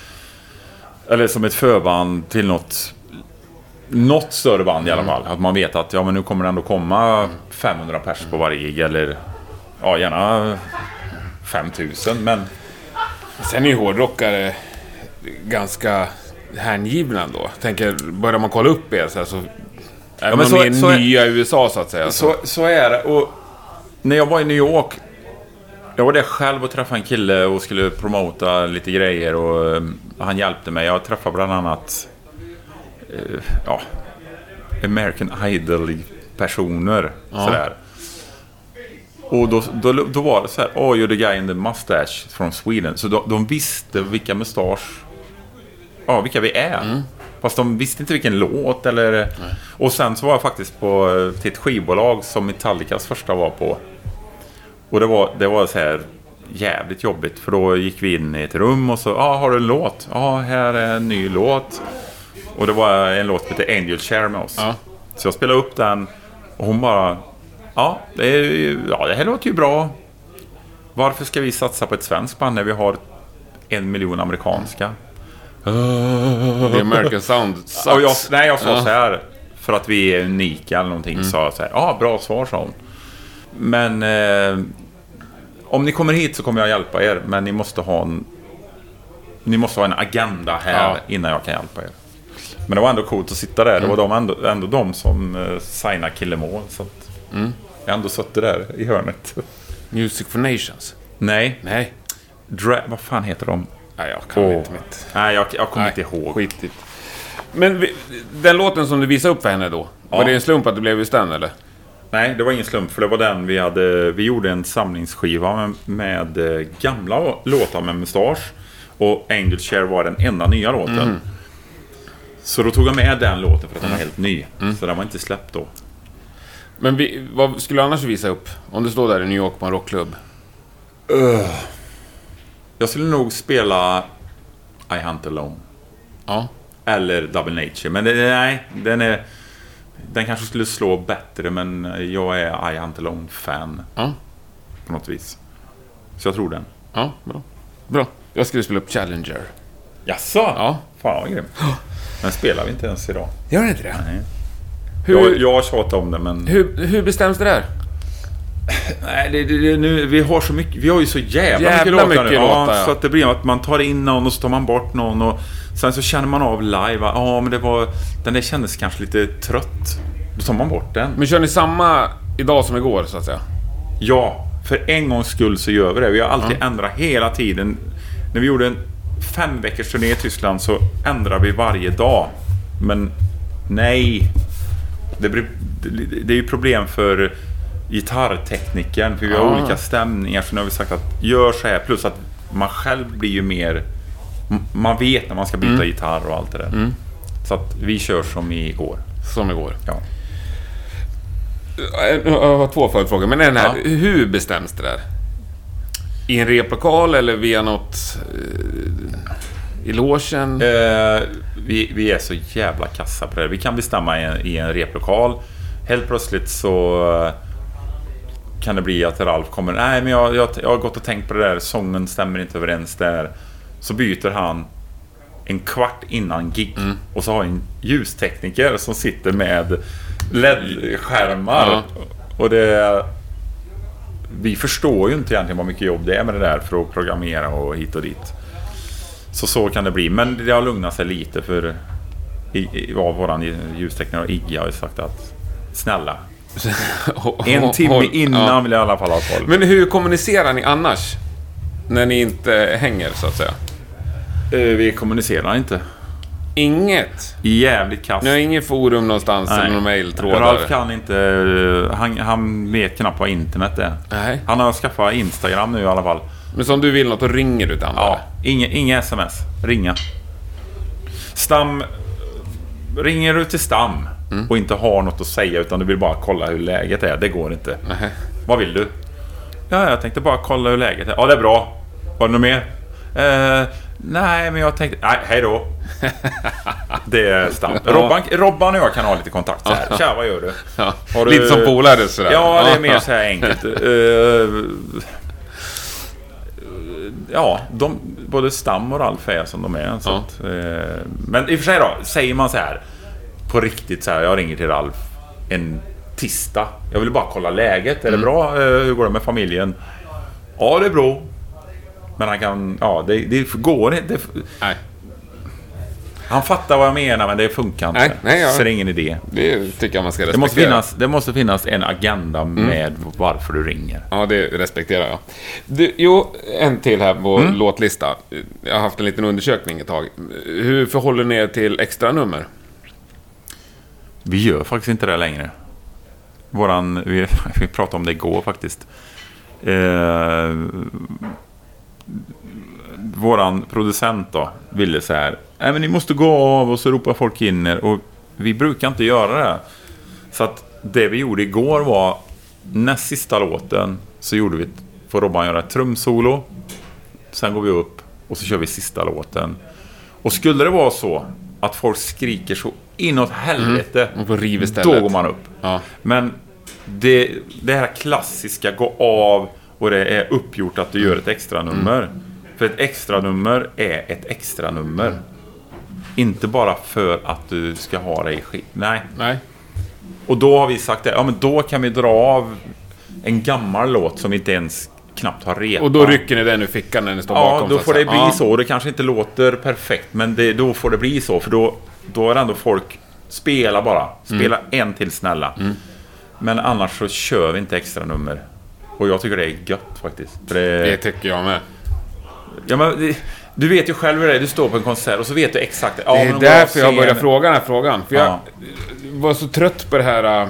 eller som ett förband till något något större band i alla fall. Att man vet att ja, men nu kommer det ändå komma femhundra pers på varje gig, eller ja, gärna femtusen, men sen är ju hårdrockare ganska hängivna ändå. Tänker, börjar man kolla upp er så här, så är ja, man så, med så nya är, U S A så att säga. Så, så är det, och när jag var i New York, jag var där själv och träffade en kille och skulle promota lite grejer, och um, han hjälpte mig. Jag träffade bland annat uh, ja, American Idol-personer. Ja. Sådär. Och då, då, då var det så här, oh, you're the guy in the mustache from Sweden. Så de, de visste vilka mustasch, ja, vilka vi är. Mm. Fast de visste inte vilken låt eller... Nej. Och sen så var jag faktiskt på till ett skivbolag som Metallicas första var på. Och det var, det var så här jävligt jobbigt, för då gick vi in i ett rum och så, ja, ah, har du en låt? Ja, ah, här är en ny låt. Och det var en låt som heter Angel Share med oss. Ja. Så jag spelade upp den och hon bara, ja, det, är, ja, det här låter ju bra. Varför ska vi satsa på ett svenskt band när vi har en miljon amerikanska? The American Sound sucks. Och jag, nej, jag sa ja. så här, för att vi är unika eller någonting, mm. sa jag så här, ja, ah, bra svar, sa hon. Men eh, om ni kommer hit så kommer jag hjälpa er, men ni måste ha en ni måste ha en agenda här ja. innan jag kan hjälpa er. Men det var ändå coolt att sitta där. Mm. Det var de ändå, ändå de som eh, signade Killemål, så att mm. jag ändå satt där i hörnet. Music for Nations? Nej. Nej. Dra- vad fan heter de? Nej, jag kan oh. inte mitt. Nej, jag, jag kommer inte ihåg. Skitigt. Men vi, den låten som du visade upp för henne då, ja. var det en slump att det blev just den, eller? Nej, det var ingen slump, för det var den vi hade. Vi gjorde en samlingsskiva med, med gamla låtar med mustasch. Och Angel Share var den enda nya låten. Mm. Så då tog jag med den låten för att den var helt ny. Mm. Så den var inte släppt då. Men vi, vad skulle du annars visa upp? Om du står där i New York på en rockklubb. Uh, jag skulle nog spela I Hunt Alone. Ja. Eller Double Nature. Men det, nej, den är... Den kanske skulle slå bättre, men jag är I Hunt Alone-fan. Ja. På något vis. Så jag tror den. Ja, bra. Bra. Jag skulle spela upp Challenger. Jaså? Ja. Fan vad grymt. Men spelar vi inte ens idag. Gör det inte det? Nej. Hur, jag, jag tjatar om det, men... Hur, hur bestäms det där? Nej, det, det, det, nu, vi har så mycket... Vi har ju så jävla, jävla mycket låtar mycket nu. Låtar, ja, ja. Så att det blir att man tar in någon och så tar man bort någon. Och sen så känner man av live. Ja, ah, men det var... Den där kändes kanske lite trött. Då tar man bort den. Men kör ni samma idag som igår, så att säga? Ja, för en gångs skull så gör vi det. Vi har alltid mm. ändrat hela tiden. När vi gjorde en fem veckors turné i Tyskland så ändrar vi varje dag. Men nej, det, blir, det, det är ju problem för gitarrtekniken, för vi har ah. olika stämningar. Så nu har vi sagt att gör så här, plus att man själv blir ju mer, man vet när man ska byta mm. gitarr och allt det där. Mm. Så att vi kör som igår. Som igår. Ja. Jag har två följdfrågor, men den här, ja. Hur bestäms det där? I en replokal eller via något uh, i logen? Uh, vi, vi är så jävla kassa på det. Vi kan bestämma i en, i en replokal. Helt plötsligt så uh, kan det bli att Ralf kommer. Nej, men jag, jag, jag har gått och tänkt på det där. Sången stämmer inte överens där. Så byter han en kvart innan gig. Mm. Och så har en ljustekniker som sitter med L E D-skärmar. Ja. Och det... Vi förstår ju inte egentligen vad mycket jobb det är med det där för att programmera och hit och dit. Så så kan det bli. Men det har lugnat sig lite, för i, i, var våran ljustekniker Iggy har ju sagt att snälla, en timme innan ja. vill jag i alla fall ha koll. Men hur kommunicerar ni annars när ni inte hänger, så att säga? Uh, vi kommunicerar inte. Inget? Jävligt kass. Ni har ingen forum någonstans. Nej. Eller någon mailtrådar? Ralf kan inte. Han, han vet knappt vad internet är. Nej. Han har skaffat Instagram nu i alla fall. Men som du vill något, då ringer du till andra? Ja, inga, inga sms. Ringa. Stam. Ringer du till Stam mm. och inte har något att säga utan du vill bara kolla hur läget är. Det går inte. Nej. Vad vill du? Ja, jag tänkte bara kolla hur läget är. Ja, det är bra. Var det något mer? Eh, nej, men jag tänkte... Nej, hej då. Det är Stam. Robban, Robban och jag kan ha lite kontakt så här. Tja, vad gör du? Ja. Har du... Lite som polare sådär. Ja, det är mer så här enkelt. uh, ja, de, både Stam och Ralf är som de är. Så ja. att, uh, men i och för sig då, säger man så här på riktigt så här, jag ringer till Ralf en tisdag. Jag vill bara kolla läget. Är mm. det bra? Uh, hur går det med familjen? Ja, det är bra. Men han kan, ja, det, det går inte. Nej. Han fattar vad jag menar, men det funkar inte. Nej, nej, ja. Så det är ingen idé. Det tycker jag man ska respektera. Det måste finnas, det måste finnas en agenda mm. med varför du ringer. Ja, det respekterar jag. Du, jo, en till här på mm. låtlista. Jag har haft en liten undersökning ett tag. Hur förhåller ni er till extra nummer? Vi gör faktiskt inte det längre. Våran, vi, vi pratade om det igår faktiskt. Eh, våran producent då ville så här: nej, men ni måste gå av, och så ropar folk in er, och vi brukar inte göra det. Så att det vi gjorde igår var näst sista låten så gjorde vi, får Robban göra ett trumsolo, sen går vi upp och så kör vi sista låten. Och skulle det vara så att folk skriker så inåt helvete mm. och river då går man upp. Ja. Men det, det här klassiska gå av och det är uppgjort att du gör ett extra nummer. Mm. För ett extra nummer är ett extra nummer. Mm. Inte bara för att du ska ha det i skit. Nej. Nej. Och då har vi sagt det. Ja, men då kan vi dra av en gammal låt som vi inte ens knappt har repat. Och då rycker ni den ur fickan när ni står ja, bakom. Ja, då får det bli ja. så. Det kanske inte låter perfekt, men det, då får det bli så. För då, då är det ändå folk spela bara. Spela mm. en till snälla. Mm. Men annars så kör vi inte extra nummer. Och jag tycker det är gött faktiskt. För det, det tycker jag med. Ja, men det, du vet ju själv hur det är. Du står på en konsert och så vet du exakt. Ja, det är därför jag började fråga den här frågan. För jag ja. var så trött på det här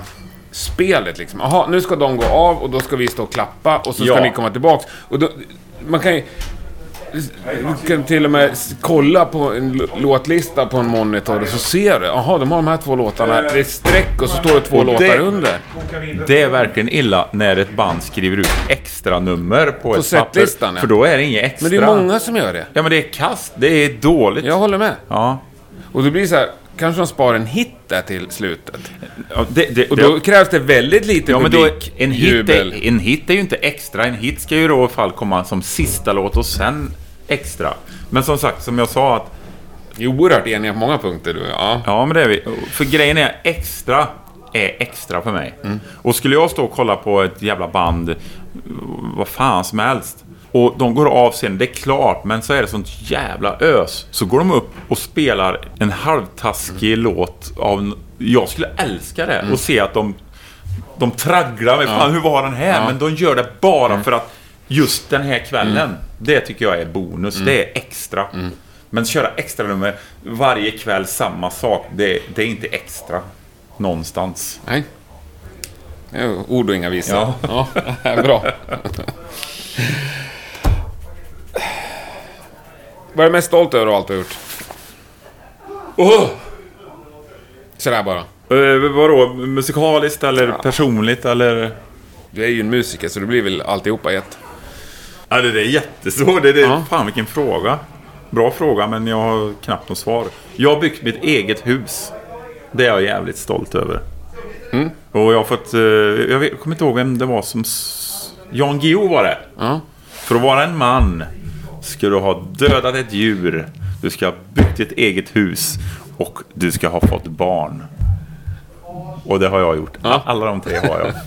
spelet liksom. Jaha, nu ska de gå av och då ska vi stå och klappa och så ska Ja. ni komma tillbaks. Och då, man kan ju du kan till och med kolla på en l- låtlista på en monitor och så ser du, jaha, de har de här två låtarna. Det är streck och så står det två Och låtar det- under. Det är verkligen illa när ett band skriver ut extra nummer på, På ett papper. setlistan, ja. För då är det inget extra. Men det är många som gör det. Ja, men det är kast. Det är dåligt. Jag håller med. Ja. Och det blir så här, kanske de sparar en hit där till slutet. Ja, det, det, Och det- då krävs det väldigt lite ja, men då, publik, en, hit jubel. är, en hit är ju inte extra. En hit ska ju då i alla fall komma som sista låt och sen extra. Men som sagt, som jag sa att... Vi är oerhört eniga på många punkter. Du. Ja. Ja, men det är vi. För grejen är extra är extra för mig. Mm. Och skulle jag stå och kolla på ett jävla band, vad fan som helst, och de går av sen, det är klart, men så är det sånt jävla ös. Så går de upp och spelar en halvtaskig Mm. låt av... Jag skulle älska det och se att de, de tragglar med, fan hur var den här? Ja. Men de gör det bara Mm. för att just den här kvällen, det tycker jag är bonus, Mm. det är extra. Men köra extra nummer varje kväll, samma sak, det, det är inte extra någonstans. Nej. Det är ord och inga visor. Ja. Ja, bra. Vad är du mest stolt över allt du har gjort? Oh! Sådär bara. Uh, vadå, musikaliskt eller personligt eller? Du är ju en musiker så det blir väl alltihopa i ett. Ja, det, det är jättesvårt. Det, det, Ja. Fan vilken fråga. Bra fråga, men jag har knappt något svar. Jag har byggt mitt eget hus. Det är jag jävligt stolt över. Mm. Och jag har fått... Uh, jag, vet, jag kommer inte ihåg vem det var som... S- Jan Guillou var det. Ja. För att vara en man ska du ha dödat ett djur. Du ska ha byggt ett eget hus. Och du ska ha fått barn. Och det har jag gjort. Ja. Alla de tre har jag.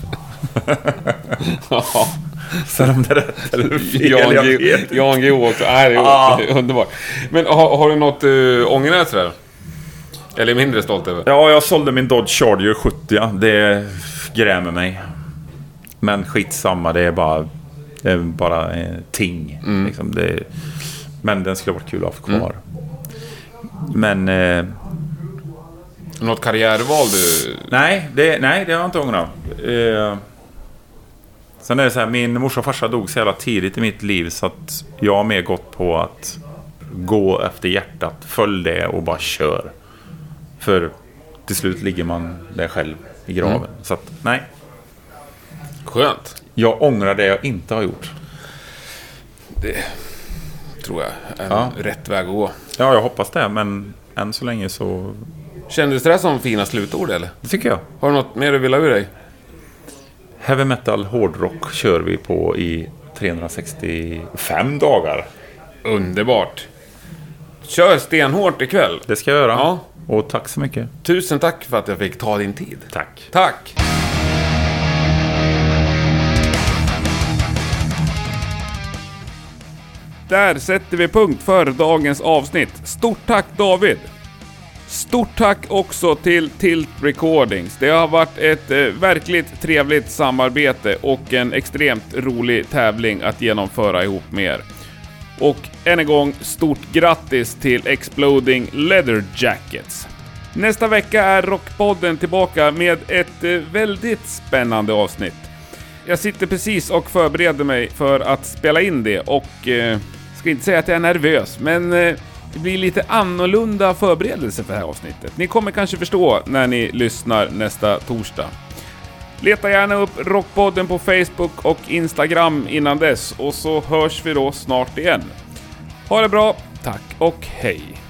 Sen om det är rätt eller fel, Jan jag Guillou- vet inte. Jan Guillou också. Nej, det är Ah. underbart. Men har, har du något uh, ångest där? Eller mindre stolt över? Ja, jag sålde min Dodge Charger sjuttio. Det grämer mig. Men skitsamma, det är bara... Det är bara eh, ting. Mm. Liksom. Det, men den skulle ha varit kul att ha kvar. Men... Eh, Något karriärval du... Nej, det, nej, det har jag inte ångrat. Eh, sen är det så här, min morsa och farsa dog så jävla tidigt i mitt liv så att jag har mer gått på att gå efter hjärtat, följ det och bara kör. För till slut ligger man där själv i graven. Mm. Så att, nej. Skönt. Jag ångrar det jag inte har gjort. Det tror jag är en Ja. rätt väg att gå. Ja, jag hoppas det, men än så länge så... Kändes det som fina slutord eller? Det tycker jag. Har du något mer du vill ha ur dig? Heavy metal, hårdrock kör vi på i trehundrasextiofem dagar. Underbart. Kör stenhårt ikväll. Det ska jag göra. Ja. Och tack så mycket. Tusen tack för att jag fick ta din tid. Tack. Tack! Där sätter vi punkt för dagens avsnitt. Stort tack David! Stort tack också till Tilt Recordings. Det har varit ett eh, verkligt trevligt samarbete och en extremt rolig tävling att genomföra ihop med er. Och än en gång, stort grattis till Exploding Leather Jackets. Nästa vecka är Rockpodden tillbaka med ett eh, väldigt spännande avsnitt. Jag sitter precis och förbereder mig för att spela in det och eh, ska inte säga att jag är nervös, men eh, det blir lite annorlunda förberedelse för det här avsnittet. Ni kommer kanske förstå när ni lyssnar nästa torsdag. Leta gärna upp Rockpodden på Facebook och Instagram innan dess och så hörs vi då snart igen. Ha det bra, tack och hej!